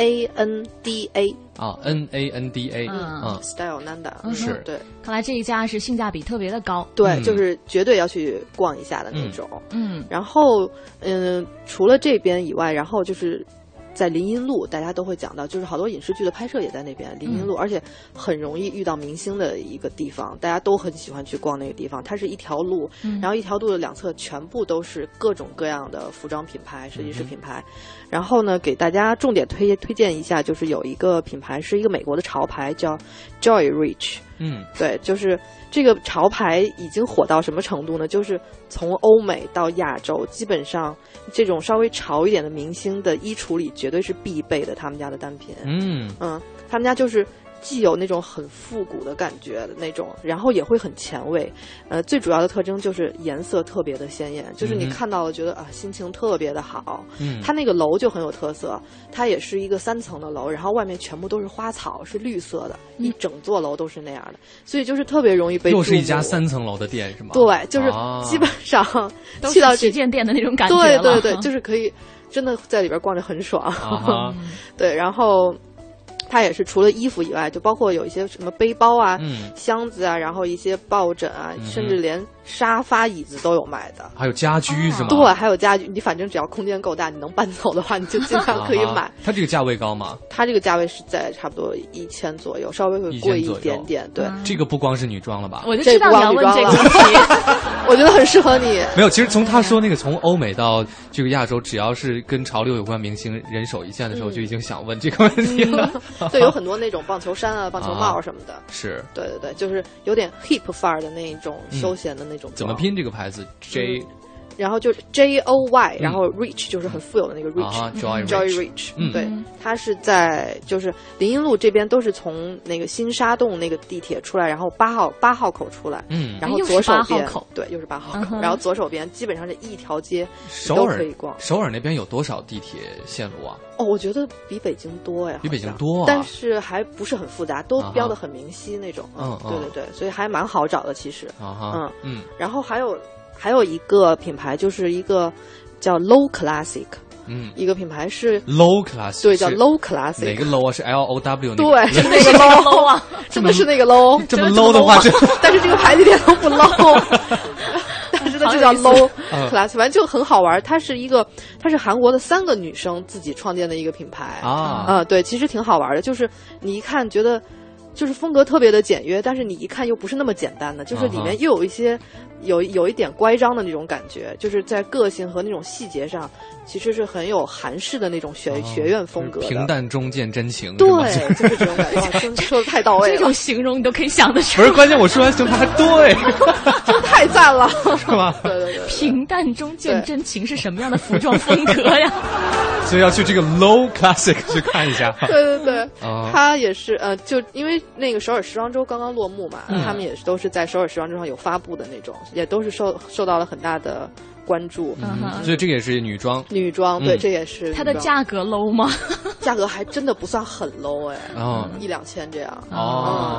NANDA。 Style Nanda 是。 对， 看来这一家是性价比特别的高。 对，就是绝对要去逛一下的那种。然后除了这边以外，然后就是在林荫路，大家都会讲到，就是好多影视剧的拍摄也在那边林荫路，而且很容易遇到明星的一个地方，大家都很喜欢去逛那个地方。它是一条路，然后一条路的2侧全部都是各种各样的服装品牌、设计师品牌。然后呢，给大家重点推荐一下，就是有一个品牌是一个美国的潮牌，叫 Joy Rich。对，就是这个潮牌已经火到什么程度呢？就是从欧美到亚洲，基本上这种稍微潮一点的明星的衣橱里绝对是必备的，他们家的单品。他们家就是既有那种很复古的感觉的那种，然后也会很前卫。最主要的特征就是颜色特别的鲜艳，就是你看到了觉得心情特别的好。它那个楼就很有特色，它也是一个3层的楼，然后外面全部都是花草，是绿色的，一整座楼都是那样的，所以就是特别容易被注目。 又是一家3层楼的店是吗？ 对，就是基本上去到旗舰店的那种感觉了。对对对，就是可以真的在里边逛着很爽。对，然后它也是除了衣服以外，就包括有一些什么背包啊、箱子啊，然后一些抱枕啊，甚至连沙发、椅子都有卖的。 还有家居是吗？ 对，还有家居，你反正只要空间够大，你能搬走的话，你就经常可以买。 它这个价位高吗？ 它这个价位是在差不多1000左右，稍微会贵一点点。对， 这个不光是女装了吧？ 我就知道你要问这个问题， 我觉得很适合你。 没有，其实从他说那个从欧美到这个亚洲，只要是跟潮流有关明星人手一线的时候，就已经想问这个问题了。 对，有很多那种棒球衫啊、棒球帽什么的。 是。 对对对，就是有点 hip 范儿的那种休闲的那种。 怎么拼这个牌子 ？J， 然后就是 JOY，然后 Rich 就是很富有的那个 Rich，Joy Rich。对，它是在就是林荫路这边，都是从那个新沙洞那个地铁出来，然后8号口出来，然后左手边对，又是8号口，然后左手边基本上是一条街都可以逛。 首尔那边有多少地铁线路啊？ 我觉得比北京多呀， 比北京多， 但是还不是很复杂，都标得很明晰那种。对对对，所以还蛮好找的其实。然后还有一个品牌，就是一个叫 Low Classic，一个品牌是 Low Classic， 对，叫 Low Classic。 哪个 Low 啊？是 LOW 那个？ 对，是那个 Low 啊，真的是那个 Low。 这么 Low 的话， 但是这个牌子一点都不 Low。但是它就叫 Low Classic， 反正就很好玩。它是韩国的3个女生自己创建的一个品牌对，其实挺好玩的。就是你一看觉得，就是风格特别的简约，但是你一看又不是那么简单的，就是里面又有一些有一点乖张的那种感觉，就是在个性和那种细节上，其实是很有韩式的那种学院风格的。 平淡中见真情。 对，就是这种感觉。说的太到位了， 这种形容你都可以想得出来。 不是，关键我说完之后他还对， 真的太赞了， 是吧？ 对对对。 平淡中见真情是什么样的服装风格呀？ 所以要去这个 Low Classic 去看一下。 对对对，他也是就因为那个首尔时装周刚刚落幕嘛，他们也都是在首尔时装周上有发布的那种，也都是受到了很大的关注。 所以这个也是女装。 女装，对，这也是。 它的价格 low 吗？ 价格还真的不算很 low 1-2千这样。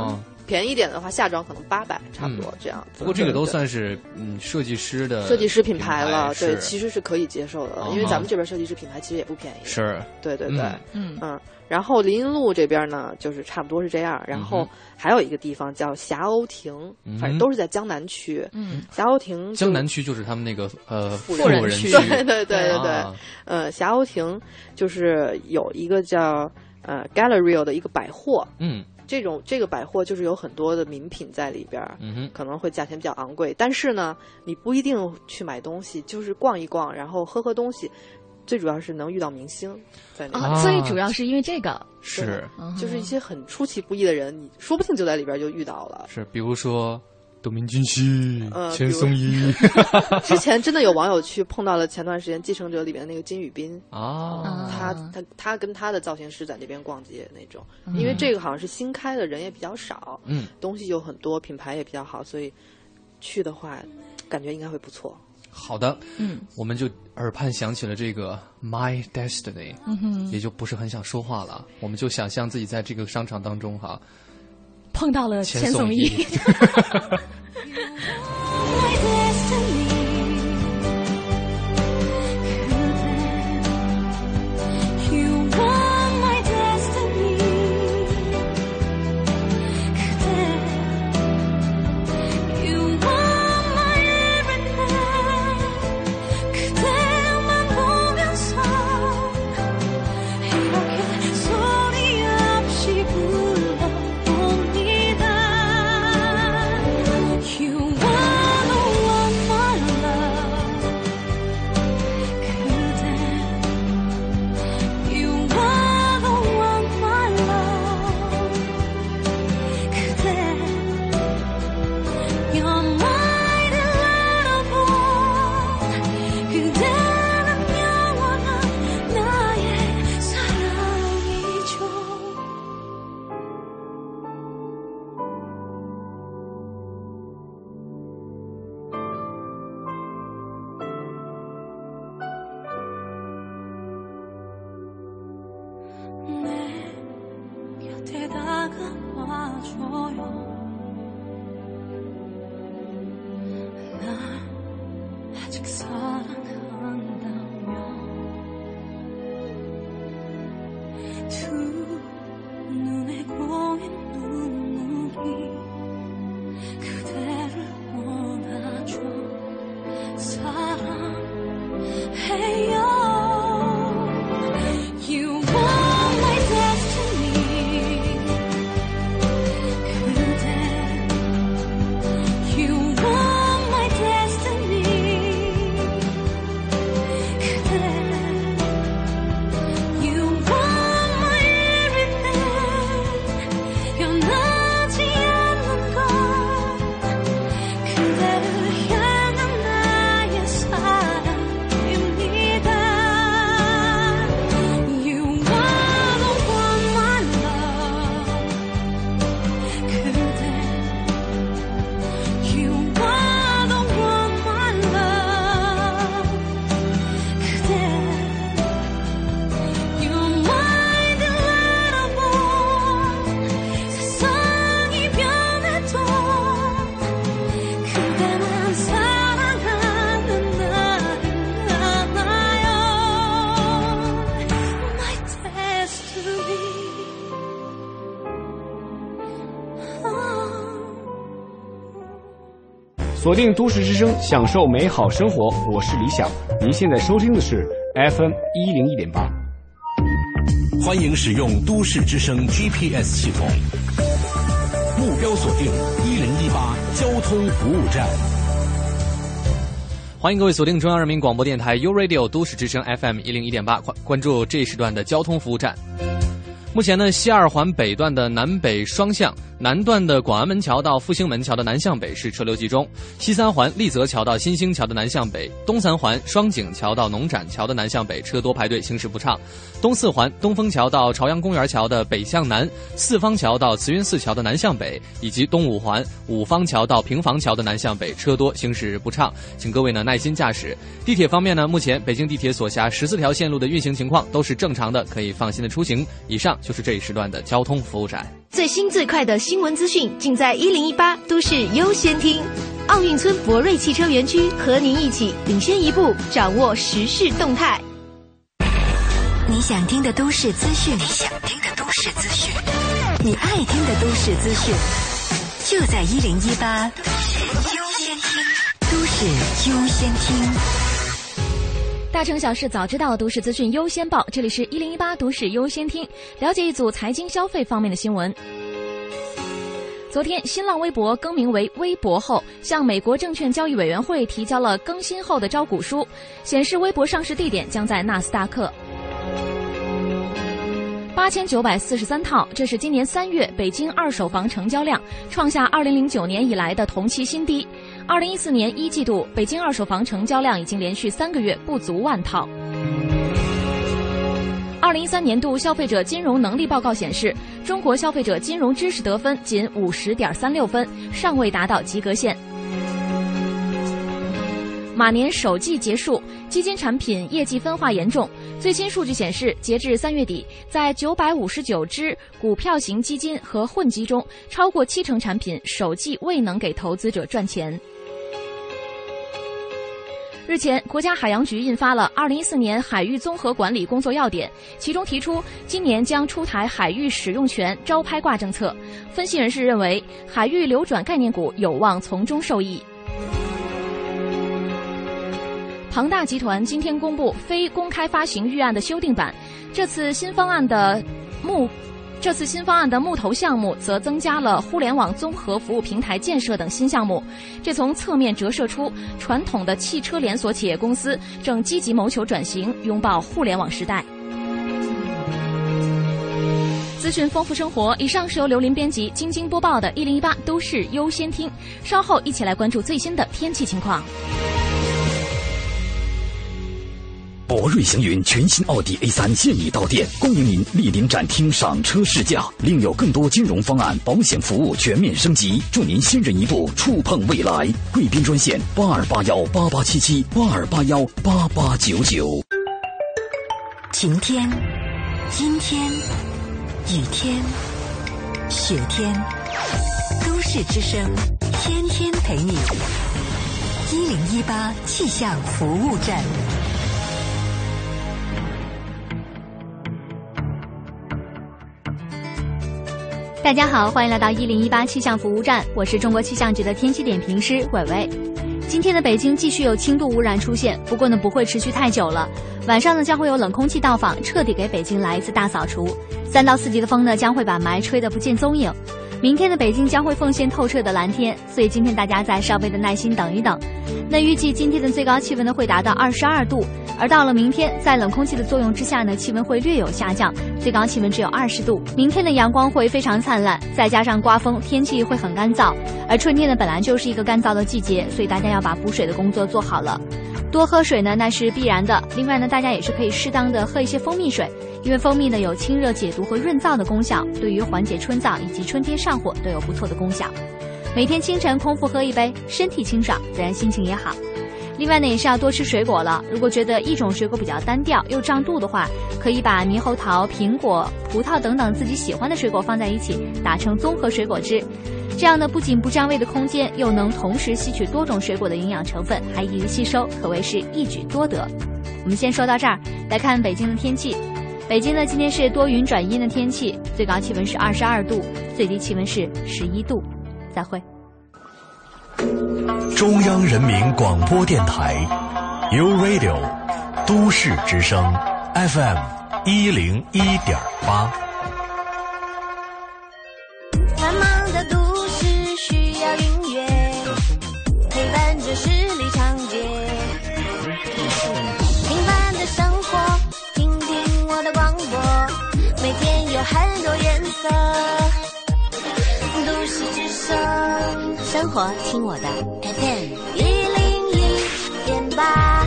便宜一点的话，夏装可能800，差不多这样子。 不过这个都算是设计师品牌了，对，其实是可以接受的，因为咱们这边设计师品牌其实也不便宜。 是， 对对对，然后林荫路这边呢，就是差不多是这样。然后还有一个地方叫霞鸥亭，反正都是在江南区。霞鸥亭， 江南区就是他们那个富人区。 对对对对对。霞鸥亭就是有一个叫Galleria 的一个百货。这个百货就是有很多的名品在里边，可能会价钱比较昂贵，但是呢，你不一定去买东西，就是逛一逛，然后喝东西。最主要是能遇到明星在那里， 最主要是因为这个是， 就是一些很出其不意的人，你说不定就在里边就遇到了。 是，比如说董明君熙、钱颂伊。 之前真的有网友去碰到了前段时间《继承者》里边的那个金宇彬他跟他的造型师在那边逛街那种，因为这个好像是新开的，人也比较少，东西有很多，品牌也比较好，所以去的话感觉应该会不错。 好的，我们就耳畔响起了这个 My Destiny，也就不是很想说话了，我们就想象自己在这个商场当中哈， 碰到了钱颂伊。 锁定都市之声，享受美好生活。我是李想，您现在收听的是 FM 101.8。 欢迎使用都市之声 GPS 系统，目标锁定1018交通服务站。 欢迎各位锁定中央人民广播电台 U Radio 都市之声 FM 101.8，关注这一时段的交通服务站。目前呢，西二环北段的南北双向，南段的广安门桥到复兴门桥的南向北是车流集中；西三环丽泽桥到新兴桥的南向北，东三环双井桥到农展桥的南向北车多排队，行驶不畅；东四环东风桥到朝阳公园桥的北向南，四方桥到慈云寺桥的南向北，以及东五环五方桥到平房桥的南向北车多，行驶不畅，请各位呢耐心驾驶。地铁方面呢，目前北京地铁所辖14条线路的运行情况都是正常的，可以放心的出行。以上就是这一时段的交通服务站。 最新最快的新闻资讯尽在1018都市优先听。奥运村博瑞汽车园区和您一起领先一步，掌握时事动态。 你想听的都市资讯，你想听的都市资讯，你爱听的都市资讯，就在1018都市优先听，都市优先听。 大城小事早知道，都市资讯优先报。这里是1018都市优先听，了解一组财经消费方面的新闻。昨天，新浪微博更名为微博后，向美国证券交易委员会提交了更新后的招股书，显示微博上市地点将在纳斯达克。8943套，这是今年3月北京二手房成交量创下2009年以来的同期新低。2014年1季度，北京二手房成交量已经连续3个月不足1万套。2013年度消费者金融能力报告显示，中国消费者金融知识得分仅50.36分，尚未达到及格线。马年首季结束，基金产品业绩分化严重。最新数据显示，截至3月底，在959只股票型基金和混基中，超过70%产品首季未能给投资者赚钱。日前，国家海洋局印发了2014年海域综合管理工作要点，其中提出今年将出台海域使用权招拍挂政策。分析人士认为，海域流转概念股有望从中受益。庞大集团今天公布非公开发行预案的修订版，这次新方案的募投项目则增加了互联网综合服务平台建设等新项目，这从侧面折射出传统的汽车连锁企业公司正积极谋求转型，拥抱互联网时代。资讯丰富生活，以上是由刘林编辑、晶晶播报的1018都市优先听。稍后一起来关注最新的天气情况。 博瑞祥云全新奥迪 A3 现已到店，恭迎您莅临展厅赏车试驾，另有更多金融方案、保险服务全面升级，祝您先人一步触碰未来。贵宾专线82818877，82818899。 晴天、阴天、雨天、雪天，都市之声天天陪你。1018气象服务站。 大家好，欢迎来到1018气象服务站，我是中国气象局的天气点评师伟伟。今天的北京继续有轻度污染出现，不过呢不会持续太久了。晚上呢将会有冷空气到访，彻底给北京来一次大扫除。3到4级的风呢将会把霾吹得不见踪影。明天的北京将会奉献透彻的蓝天，所以今天大家再稍微的耐心等一等。那预计今天的最高气温呢会达到22度，而到了明天，在冷空气的作用之下呢，气温会略有下降，最高气温只有20度。明天的阳光会非常灿烂，再加上刮风，天气会很干燥。而春天呢本来就是一个干燥的季节，所以大家要把补水的工作做好了。多喝水呢那是必然的，另外呢大家也是可以适当的喝一些蜂蜜水，因为蜂蜜呢有清热解毒和润燥的功效，对于缓解春燥以及春天上火都有不错的功效。每天清晨空腹喝一杯，身体清爽，自然心情也好。另外呢也是要多吃水果了，如果觉得一种水果比较单调又胀肚的话，可以把猕猴桃、苹果、葡萄等等自己喜欢的水果放在一起，打成综合水果汁。这样呢不仅不占胃的空间，又能同时吸取多种水果的营养成分，还易于吸收，可谓是一举多得。我们先说到这儿，来看北京的天气。北京呢今天是多云转阴的天气，最高气温是22度，最低气温是11度。再会。 中央人民广播电台 U Radio 都市之声 FM 101.8。 繁忙的都市需要音乐，陪伴着十里长街。平凡的生活，听听我的广播，每天有很多颜色。都市之声， 生活听我的 FM 101.8。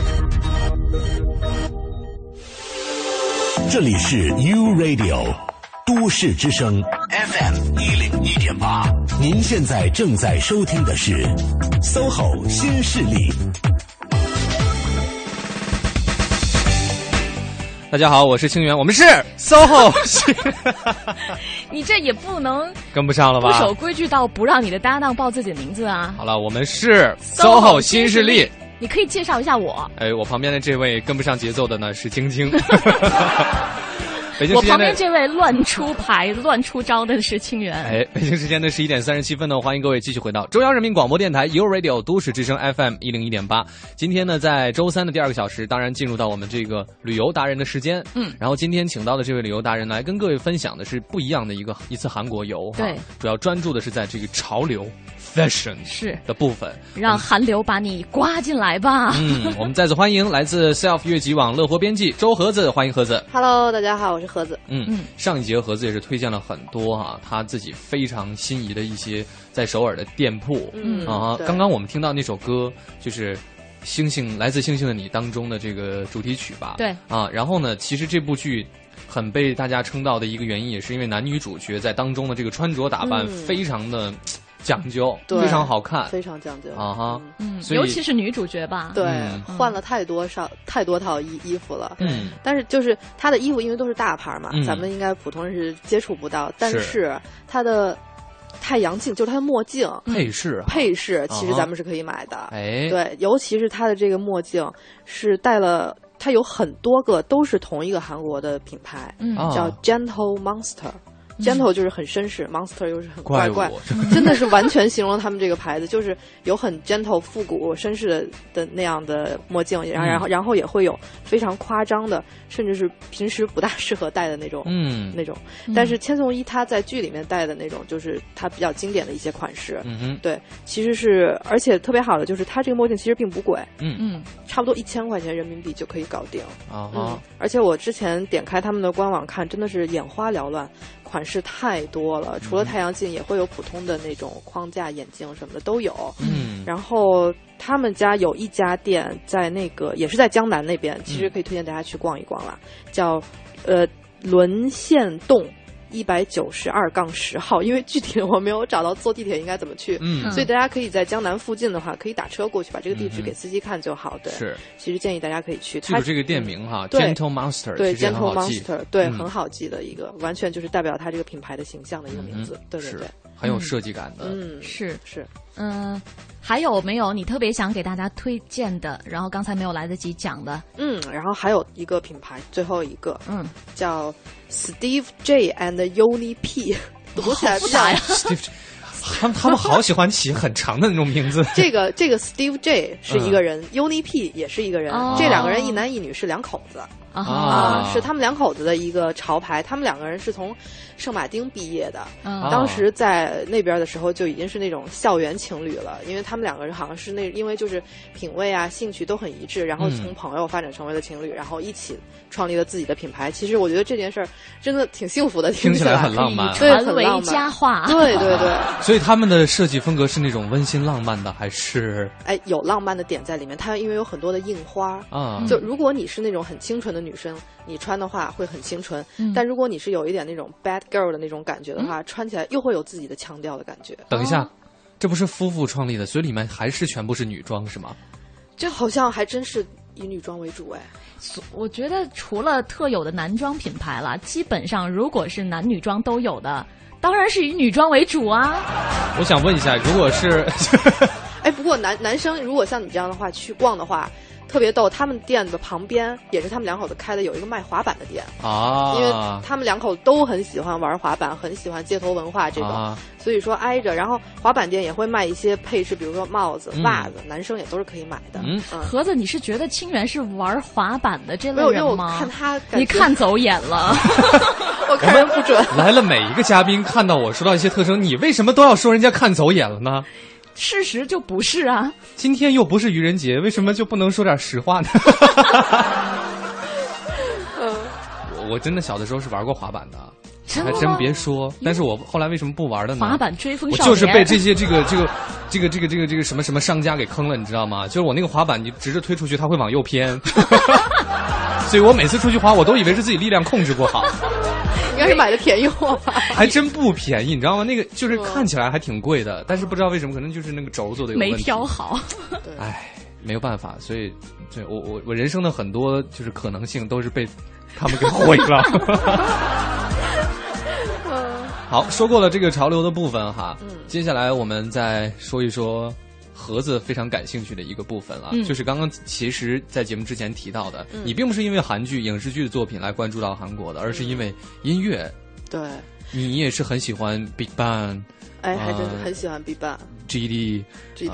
这里是 U Radio 都市之声 FM 101.8，您现在正在收听的是 SOHO 新势力。 大家好，我是清源，我们是 SOHO。 你这也不能跟不上了吧？ 不守规矩到不让你的搭档报自己的名字啊！ 好了，我们是 SOHO 新势力。 你可以介绍一下我。 哎，我旁边的这位跟不上节奏的呢是晶晶。 我旁边这位乱出牌、乱出招的是清源。 哎，北京时间的11点37分呢，欢迎各位继续回到中央人民广播电台 You Radio 都市之声 FM 101.8。今天呢，在周三的第2个小时，当然进入到我们这个旅游达人的时间。然后今天请到的这位旅游达人来跟各位分享的是不一样的一次韩国游。 对， 主要专注的是在这个潮流 fashion 是的部分， 让韩流把你刮进来吧。 我们再次欢迎来自 Self 越级网乐活编辑周盒子，欢迎盒子。 Hello， 大家好，我是盒子。 上一节盒子也是推荐了很多他自己非常心仪的一些在首尔的店铺。刚刚我们听到那首歌就是星星来自星星的你当中的这个主题曲吧。 对然后呢，其实这部剧很被大家称道的一个原因，也是因为男女主角在当中的这个穿着打扮非常的讲究，非常好看， 非常讲究尤其是女主角吧， 对，换了太多套衣服了，但是就是她的衣服因为都是大牌嘛，咱们应该普通人是接触不到，但是她的太阳镜就是她的墨镜配饰， 其实咱们是可以买的， 哎， 对，尤其是她的这个墨镜是戴了。它有很多个都是同一个韩国的品牌，叫 Gentle Monster。Gentle 就是很绅士 ，Monster 又是很怪，真的是完全形容他们这个牌子，就是有很 gentle 复古绅士的那样的墨镜，然后也会有非常夸张的，甚至是平时不大适合戴的那种，但是千颂伊他在剧里面戴的那种，就是他比较经典的一些款式，对，其实是而且特别好的就是他这个墨镜其实并不贵，差不多1000块钱人民币就可以搞定，而且我之前点开他们的官网看，真的是眼花缭乱。款式太多了，除了太阳镜，也会有普通的那种框架眼镜什么的都有。然后他们家有一家店在那个也是在江南那边，其实可以推荐大家去逛一逛啦，叫沦陷洞192-10号，因为具体我没有找到坐地铁应该怎么去，所以大家可以在江南附近的话，可以打车过去，把这个地址给司机看就好。对， 是， 其实建议大家可以去。 记住这个店名哈 ，Gentle Monster， 对 ，Gentle Monster， 对，很好记的一个，完全就是代表它这个品牌的形象的一个名字。对对对， 很有设计感的。 是。 还有没有你特别想给大家推荐的？然后刚才没有来得及讲的。 然后还有一个品牌，最后一个，叫 Steve J and Uni P， 读起来比较 Steve， 他们好喜欢起很长的那种名字。 这个 Steve J 是一个人，Uni P 也是一个人，这两个人一男一女是两口子。是他们两口子的一个潮牌，他们两个人是从圣马丁毕业的，当时在那边的时候就已经是那种校园情侣了，因为他们两个人好像是因为就是品味啊、兴趣都很一致，然后从朋友发展成为了情侣，然后一起创立了自己的品牌。其实我觉得这件事儿真的挺幸福的， 听起来很浪漫， 对， 传为佳话。 对对对。 所以他们的设计风格是那种温馨浪漫的，还是？ 有浪漫的点在里面。它因为有很多的印花就如果你是那种很清纯的女生，你穿的话会很清纯，但如果你是有一点那种 bad girl 的那种感觉的话，穿起来又会有自己的腔调的感觉。 等一下，这不是夫妇创立的，所以里面还是全部是女装是吗？ 这好像还真是以女装为主哎。 我觉得除了特有的男装品牌了，基本上如果是男女装都有的，当然是以女装为主啊。 我想问一下，如果是不过男生如果像你这样的话去逛的话，特别逗，他们店的旁边也是他们两口子开的，有一个卖滑板的店因为他们两口都很喜欢玩滑板，很喜欢街头文化这种所以说挨着，然后滑板店也会卖一些配饰，比如说帽子、袜子，男生也都是可以买的。 盒子，你是觉得清源是玩滑板的这类人吗？ 没有，我看他你看走眼了。 我看人不准。 来了每一个嘉宾看到我说到一些特征，你为什么都要说人家看走眼了呢？ 事实就不是啊！ 今天又不是愚人节，为什么就不能说点实话呢？我真的小的时候是玩过滑板的，还真别说。但是我后来为什么不玩了呢？ 滑板追风少年， 我就是被这些这个什么商家给坑了，你知道吗？就是我那个滑板，你直着推出去，它会往右偏，所以我每次出去滑，我都以为是自己力量控制不好。 应该是买的便宜货吧？ 还真不便宜，你知道吗？那个就是看起来还挺贵的，但是不知道为什么，可能就是那个轴做的有问题， 没挑好。 哎， 没有办法，所以我人生的很多就是可能性都是被他们给毁了。好，说过了这个潮流的部分哈，接下来我们再说一说盒子非常感兴趣的一个部分了，就是刚刚其实在节目之前提到的，你并不是因为韩剧、影视剧的作品来关注到韩国的，而是因为音乐。 对， 你也是很喜欢 BigBang， 哎，还真是很喜欢 BigBang。GD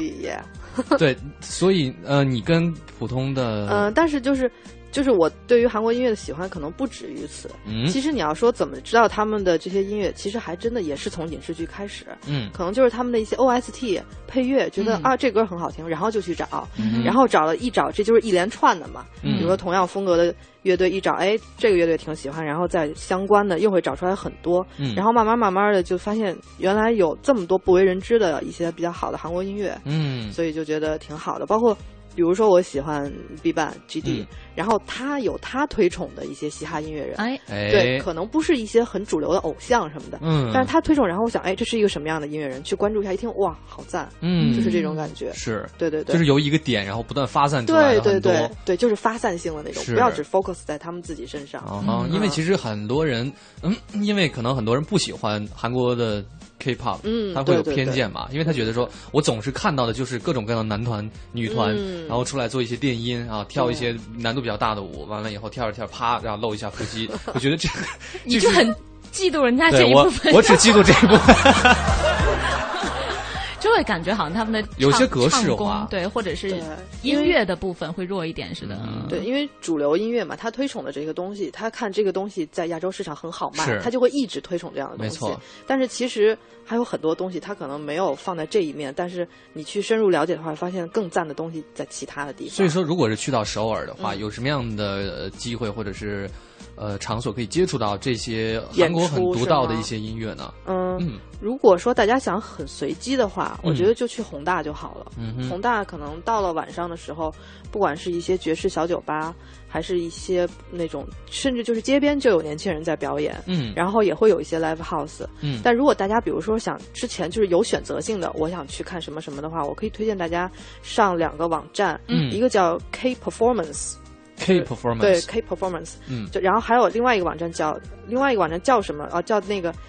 yeah 对，所以你跟普通的但是就是我对于韩国音乐的喜欢可能不止于此。其实你要说怎么知道他们的这些音乐，其实还真的也是从影视剧开始。可能就是他们的一些 OST 配乐，觉得这歌很好听，然后就去找，然后找这就是一连串的嘛。比如说同样风格的乐队一找，这个乐队挺喜欢，然后再相关的又会找出来很多，然后慢慢的就发现原来有这么多不为人知的一些比较好的韩国音乐，所以就觉得挺好的。包括比如说我喜欢 BigBang GD，然后他有他推崇的一些嘻哈音乐人，对，可能不是一些很主流的偶像什么的，但是他推崇，然后我想，这是一个什么样的音乐人？去关注一下，一听，哇，好赞，就是这种感觉， 是， 对， 就是由一个点，然后不断发散出来， 对，就是发散性的那种，不要只 focus 在他们自己身上， 因为其实很多人，因为可能很多人不喜欢韩国的K-pop， 他会有偏见嘛，因为他觉得说我总是看到的就是各种各样的男团、女团，然后出来做一些电音啊，跳一些难度比较大的舞，完了以后跳着跳着啪，然后露一下腹肌，我觉得这个你就很嫉妒人家这一部分， 我只嫉妒这一部分。 就会感觉好像他们的有些格式化， 对，或者是音乐的部分会弱一点似的。 对，因为主流音乐嘛，他推崇的这个东西，他看这个东西在亚洲市场很好卖，他就会一直推崇这样的东西。 没错。 但是其实还有很多东西，他可能没有放在这一面，但是你去深入了解的话，发现更赞的东西在其他的地方。 所以说，如果是去到首尔的话，有什么样的机会或者是场所可以接触到这些韩国很独到的一些音乐呢？ 如果说大家想很随机的话，我觉得就去宏大就好了。宏大可能到了晚上的时候，不管是一些爵士小酒吧，还是一些那种甚至就是街边就有年轻人在表演，然后也会有一些 live house。但如果大家比如说想之前就是有选择性的，我想去看什么什么的话，我可以推荐大家上2个网站，一个叫 K Performance， 对 K Performance， 然后还有另外一个网站叫什么叫那个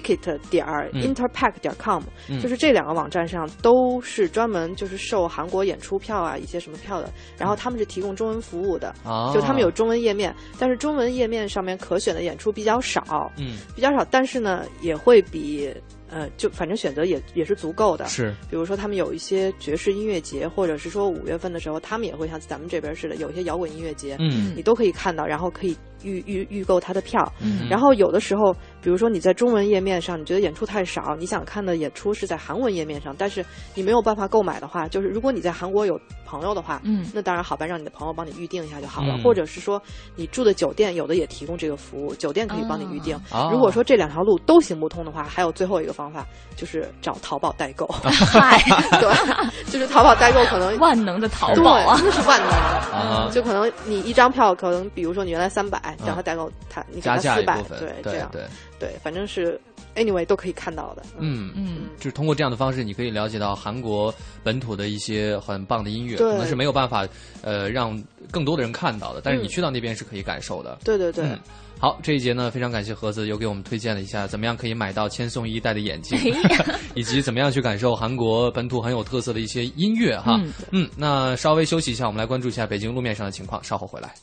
ticket.interpack.com， 就是这2个网站上都是专门就是售韩国演出票啊一些什么票的，然后他们是提供中文服务的，就他们有中文页面，但是中文页面上面可选的演出比较少，但是呢也会比就反正选择也是足够的。 是， 比如说他们有一些爵士音乐节，或者是说5月份的时候，他们也会像咱们这边似的有一些摇滚音乐节，你都可以看到，然后可以预购他的票。然后有的时候，比如说你在中文页面上，你觉得演出太少，你想看的演出是在韩文页面上，但是你没有办法购买的话，就是如果你在韩国有朋友的话，那当然好办，让你的朋友帮你预定一下就好了。或者是说你住的酒店有的也提供这个服务，酒店可以帮你预定。如果说这2条路都行不通的话，还有最后一个方法，就是找淘宝代购。对，就是淘宝代购可能万能的淘宝啊， 真的是万能的。就可能你一张票，可能比如说你原来300，让他代购你给他400，对，这样对，反正是 anyway 都可以看到的。 就是通过这样的方式，你可以了解到韩国本土的一些很棒的音乐，可能是没有办法让更多的人看到的，但是你去到那边是可以感受的。 对。 好，这一节呢，非常感谢盒子又给我们推荐了一下怎么样可以买到千颂伊戴的眼镜，以及怎么样去感受韩国本土很有特色的一些音乐哈。那稍微休息一下，我们来关注一下北京路面上的情况，稍后回来。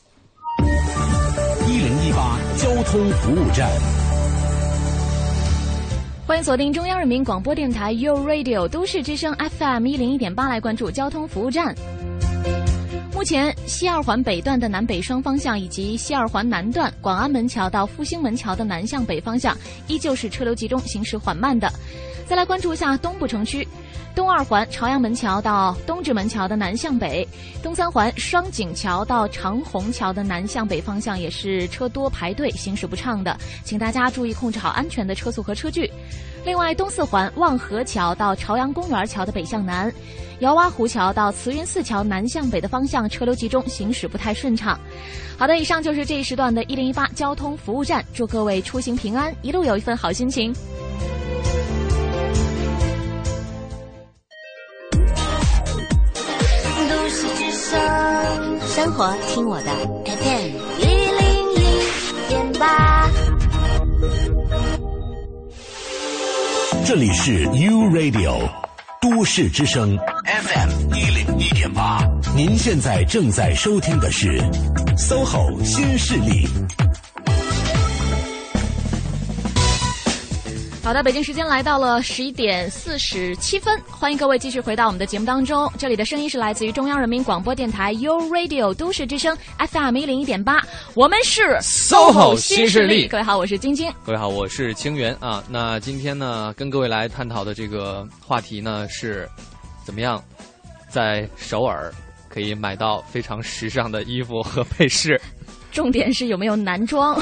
1018交通服务站。 欢迎锁定中央人民广播电台 You Radio 都市之声 FM 101.8，来关注交通服务站。目前西二环北段的南北双方向以及西二环南段广安门桥到复兴门桥的南向北方向依旧是车流集中，行驶缓慢的。再来关注一下东部城区，东2环朝阳门桥到东直门桥的南向北，东3环双井桥到长虹桥的南向北方向也是车多排队，行驶不畅的，请大家注意控制好安全的车速和车距。另外，东4环望河桥到朝阳公园桥的北向南，姚洼湖桥到慈云寺桥南向北的方向车流集中，行驶不太顺畅。好的，以上就是这一时段的1018交通服务站，祝各位出行平安，一路有一份好心情。 都市之生活听我的 FM 101.8。 这里是 U Radio 都市之声 FM 101.8，您现在正在收听的是 SOHO 新势力。 好的，北京时间来到了11点47分，欢迎各位继续回到我们的节目当中。这里的声音是来自于中央人民广播电台 U Radio 都市之声 FM 101.8，我们是 SOHO 新势力。 各位好，我是晶晶。 各位好，我是清源啊。那今天呢，跟各位来探讨的这个话题呢是，怎么样在首尔可以买到非常时尚的衣服和配饰。 重点是有没有男装。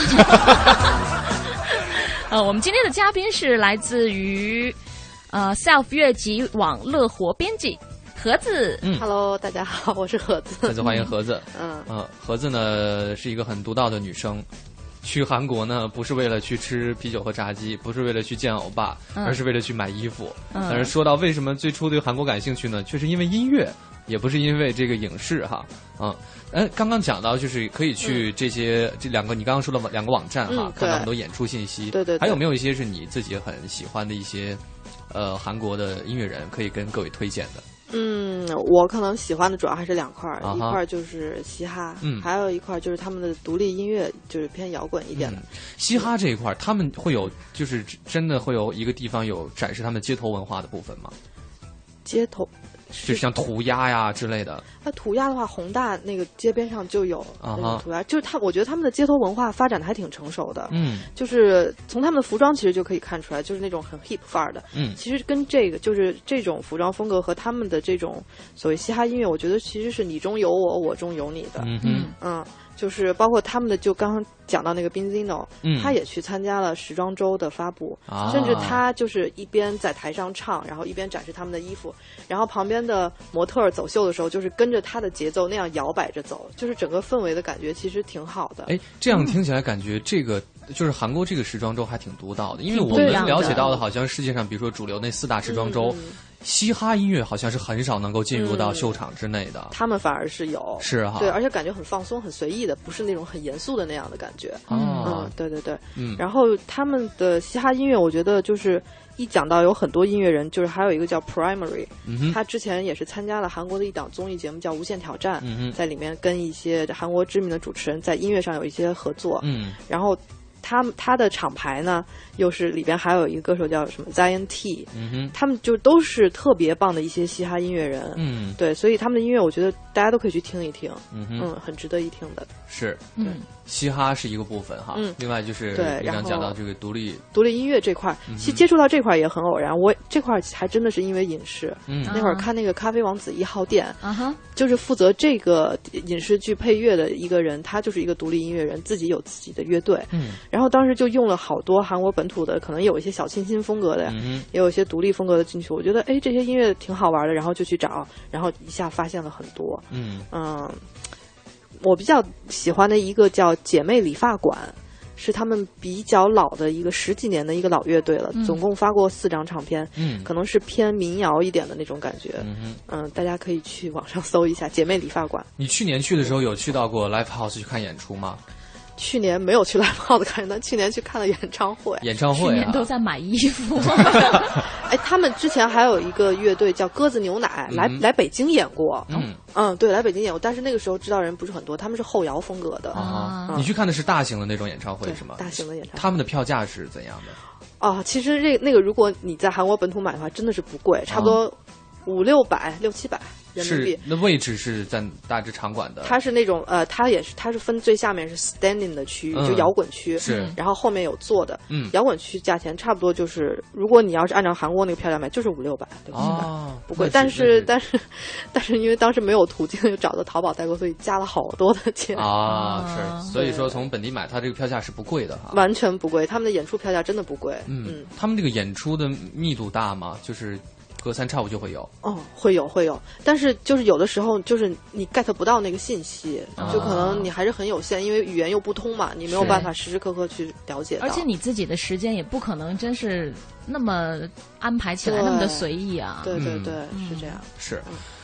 我们今天的嘉宾是来自于Self 乐集网乐活编辑盒子。 Hello， 大家好，我是盒子。 再次欢迎盒子。盒子呢是一个很独到的女生。去韩国呢，不是为了去吃啤酒和炸鸡，不是为了去见欧巴，而是为了去买衣服。但是说到为什么最初对韩国感兴趣呢，却是因为音乐，也不是因为这个影视哈。刚刚讲到就是可以去这两个你刚刚说的两个网站哈，看到很多演出信息。 对。 还有没有一些是你自己很喜欢的一些韩国的音乐人可以跟各位推荐的？ 我可能喜欢的主要还是两块，一块就是嘻哈，还有一块就是他们的独立音乐，就是偏摇滚一点的。 嘻哈这一块，他们会有就是真的会有一个地方有展示他们街头文化的部分吗？ 街头。 就像涂鸦呀之类的。 涂鸦的话，宏大那个街边上就有那种涂鸦，就是我觉得他们的街头文化发展的还挺成熟的。就是从他们的服装其实就可以看出来，就是那种很 hip 范儿的。其实跟这个就是这种服装风格和他们的这种所谓嘻哈音乐，我觉得其实是你中有我，我中有你的。就是包括他们的，就刚刚讲到那个 Benzino，他也去参加了时装周的发布，甚至他就是一边在台上唱，然后一边展示他们的衣服，然后旁边的模特儿走秀的时候，就是跟着他的节奏那样摇摆着走，就是整个氛围的感觉其实挺好的。 这样听起来感觉这个就是韩国这个时装周还挺独到的，因为我们了解到的好像世界上比如说主流那4大时装周。嘻哈音乐好像是很少能够进入到秀场之内的， 他们反而是有， 是哈， 对，而且感觉很放松、很随意的，不是那种很严肃的那样的感觉。对。然后他们的嘻哈音乐，我觉得就是一讲到有很多音乐人，就是还有一个叫 Primary，他之前也是参加了韩国的一档综艺节目叫《无限挑战》，在里面跟一些韩国知名的主持人在音乐上有一些合作，然后。他的厂牌呢，又是里边还有一个歌手叫什么 Zion T，他们就都是特别棒的一些嘻哈音乐人，对，所以他们的音乐我觉得大家都可以去听一听，很值得一听的。 是，嘻哈是一个部分哈，另外就是刚刚讲到这个独立音乐这块，其实接触到这块也很偶然，我这块还真的是因为影视，那会儿看那个《咖啡王子1号店》，就是负责这个影视剧配乐的一个人，他就是一个独立音乐人，自己有自己的乐队，然后当时就用了好多韩国本土的，可能有一些小清新风格的，也有一些独立风格的进去。我觉得这些音乐挺好玩的，然后就去找，然后一下发现了很多。我比较喜欢的一个叫姐妹理发馆，是他们比较老的一个10几年的一个老乐队了，总共发过4张唱片，可能是偏民谣一点的那种感觉。大家可以去网上搜一下姐妹理发馆。 你去年去的时候有去到过 Live House 去看演出吗？ 去年没有去 Live House 看，但去年去看了演唱会。 去年都在买衣服。 他们之前还有一个乐队叫鸽子牛奶，来北京演过。对，来北京演过，但是那个时候知道人不是很多，他们是后摇风格的。 你去看的是大型的那种演唱会是吗？ 大型的演唱会。 他们的票价是怎样的？ 其实那个如果你在韩国本土买的话，真的是不贵，差不多500、600、600-700。人民币。 那位置是在大致场馆的。 它是那种它是分最下面是 standing 的区域，就摇滚区， 是， 然后后面有坐的。摇滚区价钱差不多就是，如果你要是按照韩国那个票价买，就是500-600，对吧？不贵。但是因为当时没有途径，就找到淘宝代购，所以加了好多的钱是，所以说从本地买，它这个票价是不贵的哈， 完全不贵。他们的演出票价真的不贵。 他们这个演出的密度大吗？就是隔三差五就会有。 会有，但是就是有的时候就是你 get 不到那个信息，就可能你还是很有限，因为语言又不通嘛，你没有办法时时刻刻去了解到。 而且你自己的时间也不可能真是那么安排起来那么的随意啊。 对，是这样。 是。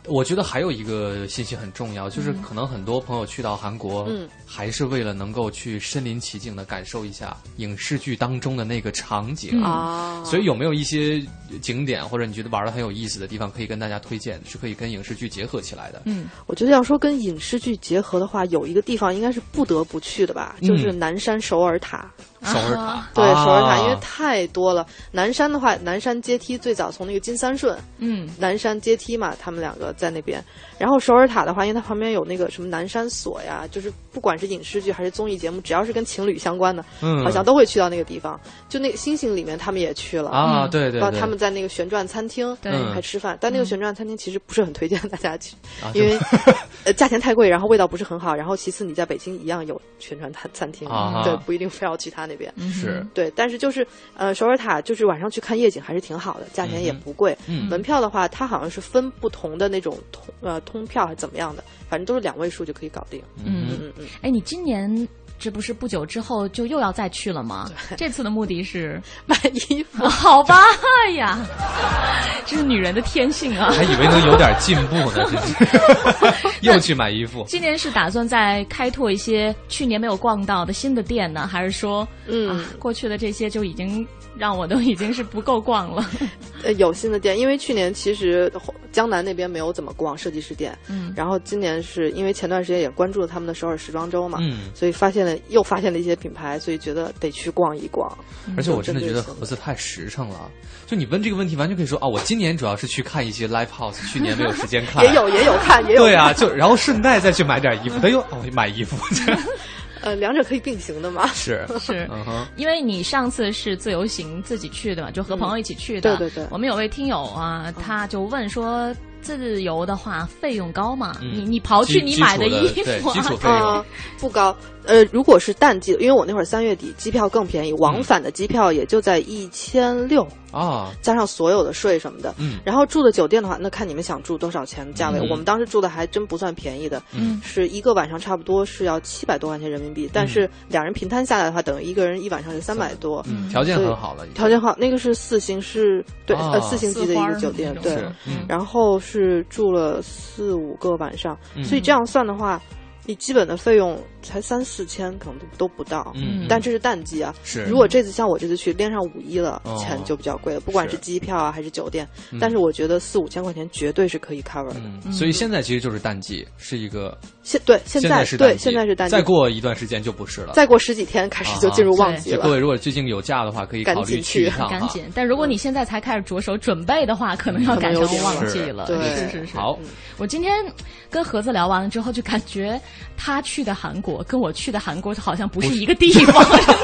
我觉得还有一个信息很重要，就是可能很多朋友去到韩国，还是为了能够去身临其境的感受一下影视剧当中的那个场景啊。所以有没有一些景点或者你觉得玩的很有意思的地方，可以跟大家推荐，是可以跟影视剧结合起来的？ 我觉得要说跟影视剧结合的话，有一个地方应该是不得不去的吧，就是南山首尔塔。 首尔塔， 对，首尔塔，因为太多了。南山的话，南山阶梯最早从那个金三顺，南山阶梯嘛，他们两个在那边。然后首尔塔的话，因为它旁边有那个什么南山锁呀，就是不管是影视剧还是综艺节目，只要是跟情侣相关的，好像都会去到那个地方。就那个星星里面，他们也去了啊，对对对， 他们在那个旋转餐厅还吃饭，但那个旋转餐厅其实不是很推荐大家去，因为价钱太贵，然后味道不是很好，然后其次你在北京一样有旋转餐厅，对，不一定非要去他那边。 是对，但是就是首尔塔就是晚上去看夜景还是挺好的，价钱也不贵。门票的话，它好像是分不同的那种通票还是怎么样的，反正都是2位数就可以搞定。 哎，你今年这不是不久之后就又要再去了吗？这次的目的是买衣服。 好吧呀，这是女人的天性啊！ 还以为能有点进步呢，真是又去买衣服。 今年是打算再开拓一些去年没有逛到的新的店呢，还是说，过去的这些就已经让我都已经是不够逛了？ 有新的店，因为去年其实江南那边没有怎么逛设计师店，然后今年是因为前段时间也关注了他们的首尔时装周嘛，所以又发现了一些品牌，所以觉得得去逛一逛。 而且我真的觉得盒子太实诚了，就你问这个问题完全可以说啊，我今年主要是去看一些 live house， 去年没有时间看， 也有看， 对啊，就然后顺带再去买点衣服，他又买衣服。 两者可以并行的嘛？ 是， 因为你上次是自由行自己去的嘛，就和朋友一起去的。 对。 我们有位听友啊，他就问说，自由的话费用高吗？你刨去你买的衣服， 基础费用不高。如果是淡季，因为我那会儿3月底机票更便宜，往返的机票也就在1600啊，加上所有的税什么的。然后住的酒店的话，那看你们想住多少钱价位。我们当时住的还真不算便宜的，是一个晚上差不多是要700多块钱人民币，但是2人平摊下来的话，等于一个人一晚上是300多， 条件很好了。 条件好，那个是4星，是对4星级的一个酒店，对。然后是住了4、5个晚上，所以这样算的话，你基本的费用才3-4千，可能都不到。但这是淡季啊。 是， 如果这次像我这次去连上5一了，钱就比较贵了，不管是机票啊还是酒店。但是我觉得4-5千块钱绝对是可以 cover 的。 所以现在其实就是淡季，是一个现在是淡季。 再过一段时间就不是了。 再过10几天开始就进入旺季了。 各位如果最近有假的话，可以考虑去一趟。 赶紧。但如果你现在才开始着手准备的话，可能要赶上旺季了。 对， 是。 好， 我今天跟盒子聊完了之后，就感觉他去的韩国跟我去的韩国好像不是一个地方，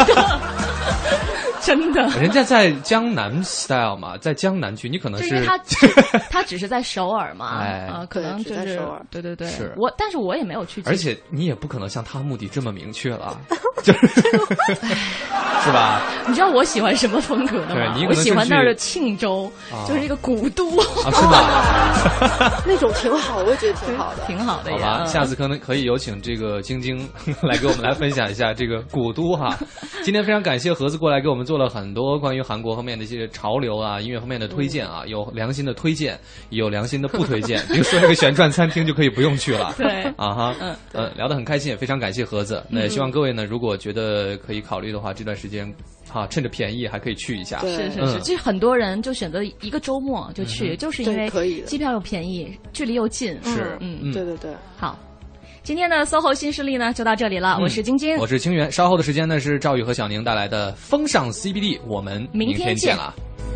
真的。 人家在江南 style 嘛，在江南去，你可能是他只是在首尔嘛，可能就是首尔。 对， 是但是我也没有去， 而且你也不可能像他目的这么明确了，就是是吧？ 你知道我喜欢什么风格的吗？我喜欢那儿的庆州，就是一个古都啊，是吧？ 那种挺好，我也觉得挺好的， 挺好的。 好吧，下次可以有请这个晶晶来给我们来分享一下这个古都哈。今天非常感谢盒子过来给我们做了很多关于韩国方面的一些潮流啊、音乐方面的推荐啊，有良心的推荐，也有良心的不推荐。比如说这个旋转餐厅就可以不用去了。 对啊哈，聊得很开心，也非常感谢盒子。那也希望各位呢，如果觉得可以考虑的话，这段时间趁着便宜还可以去一下。 是， 其实很多人就选择一个周末就去，就是因为机票又便宜，距离又近。 是， 对。 好。今天的 SOHO 新势力呢就到这里了，我是晶晶， 我是清源。稍后的时间呢是赵宇和小宁带来的风尚 CBD， 我们明天见了。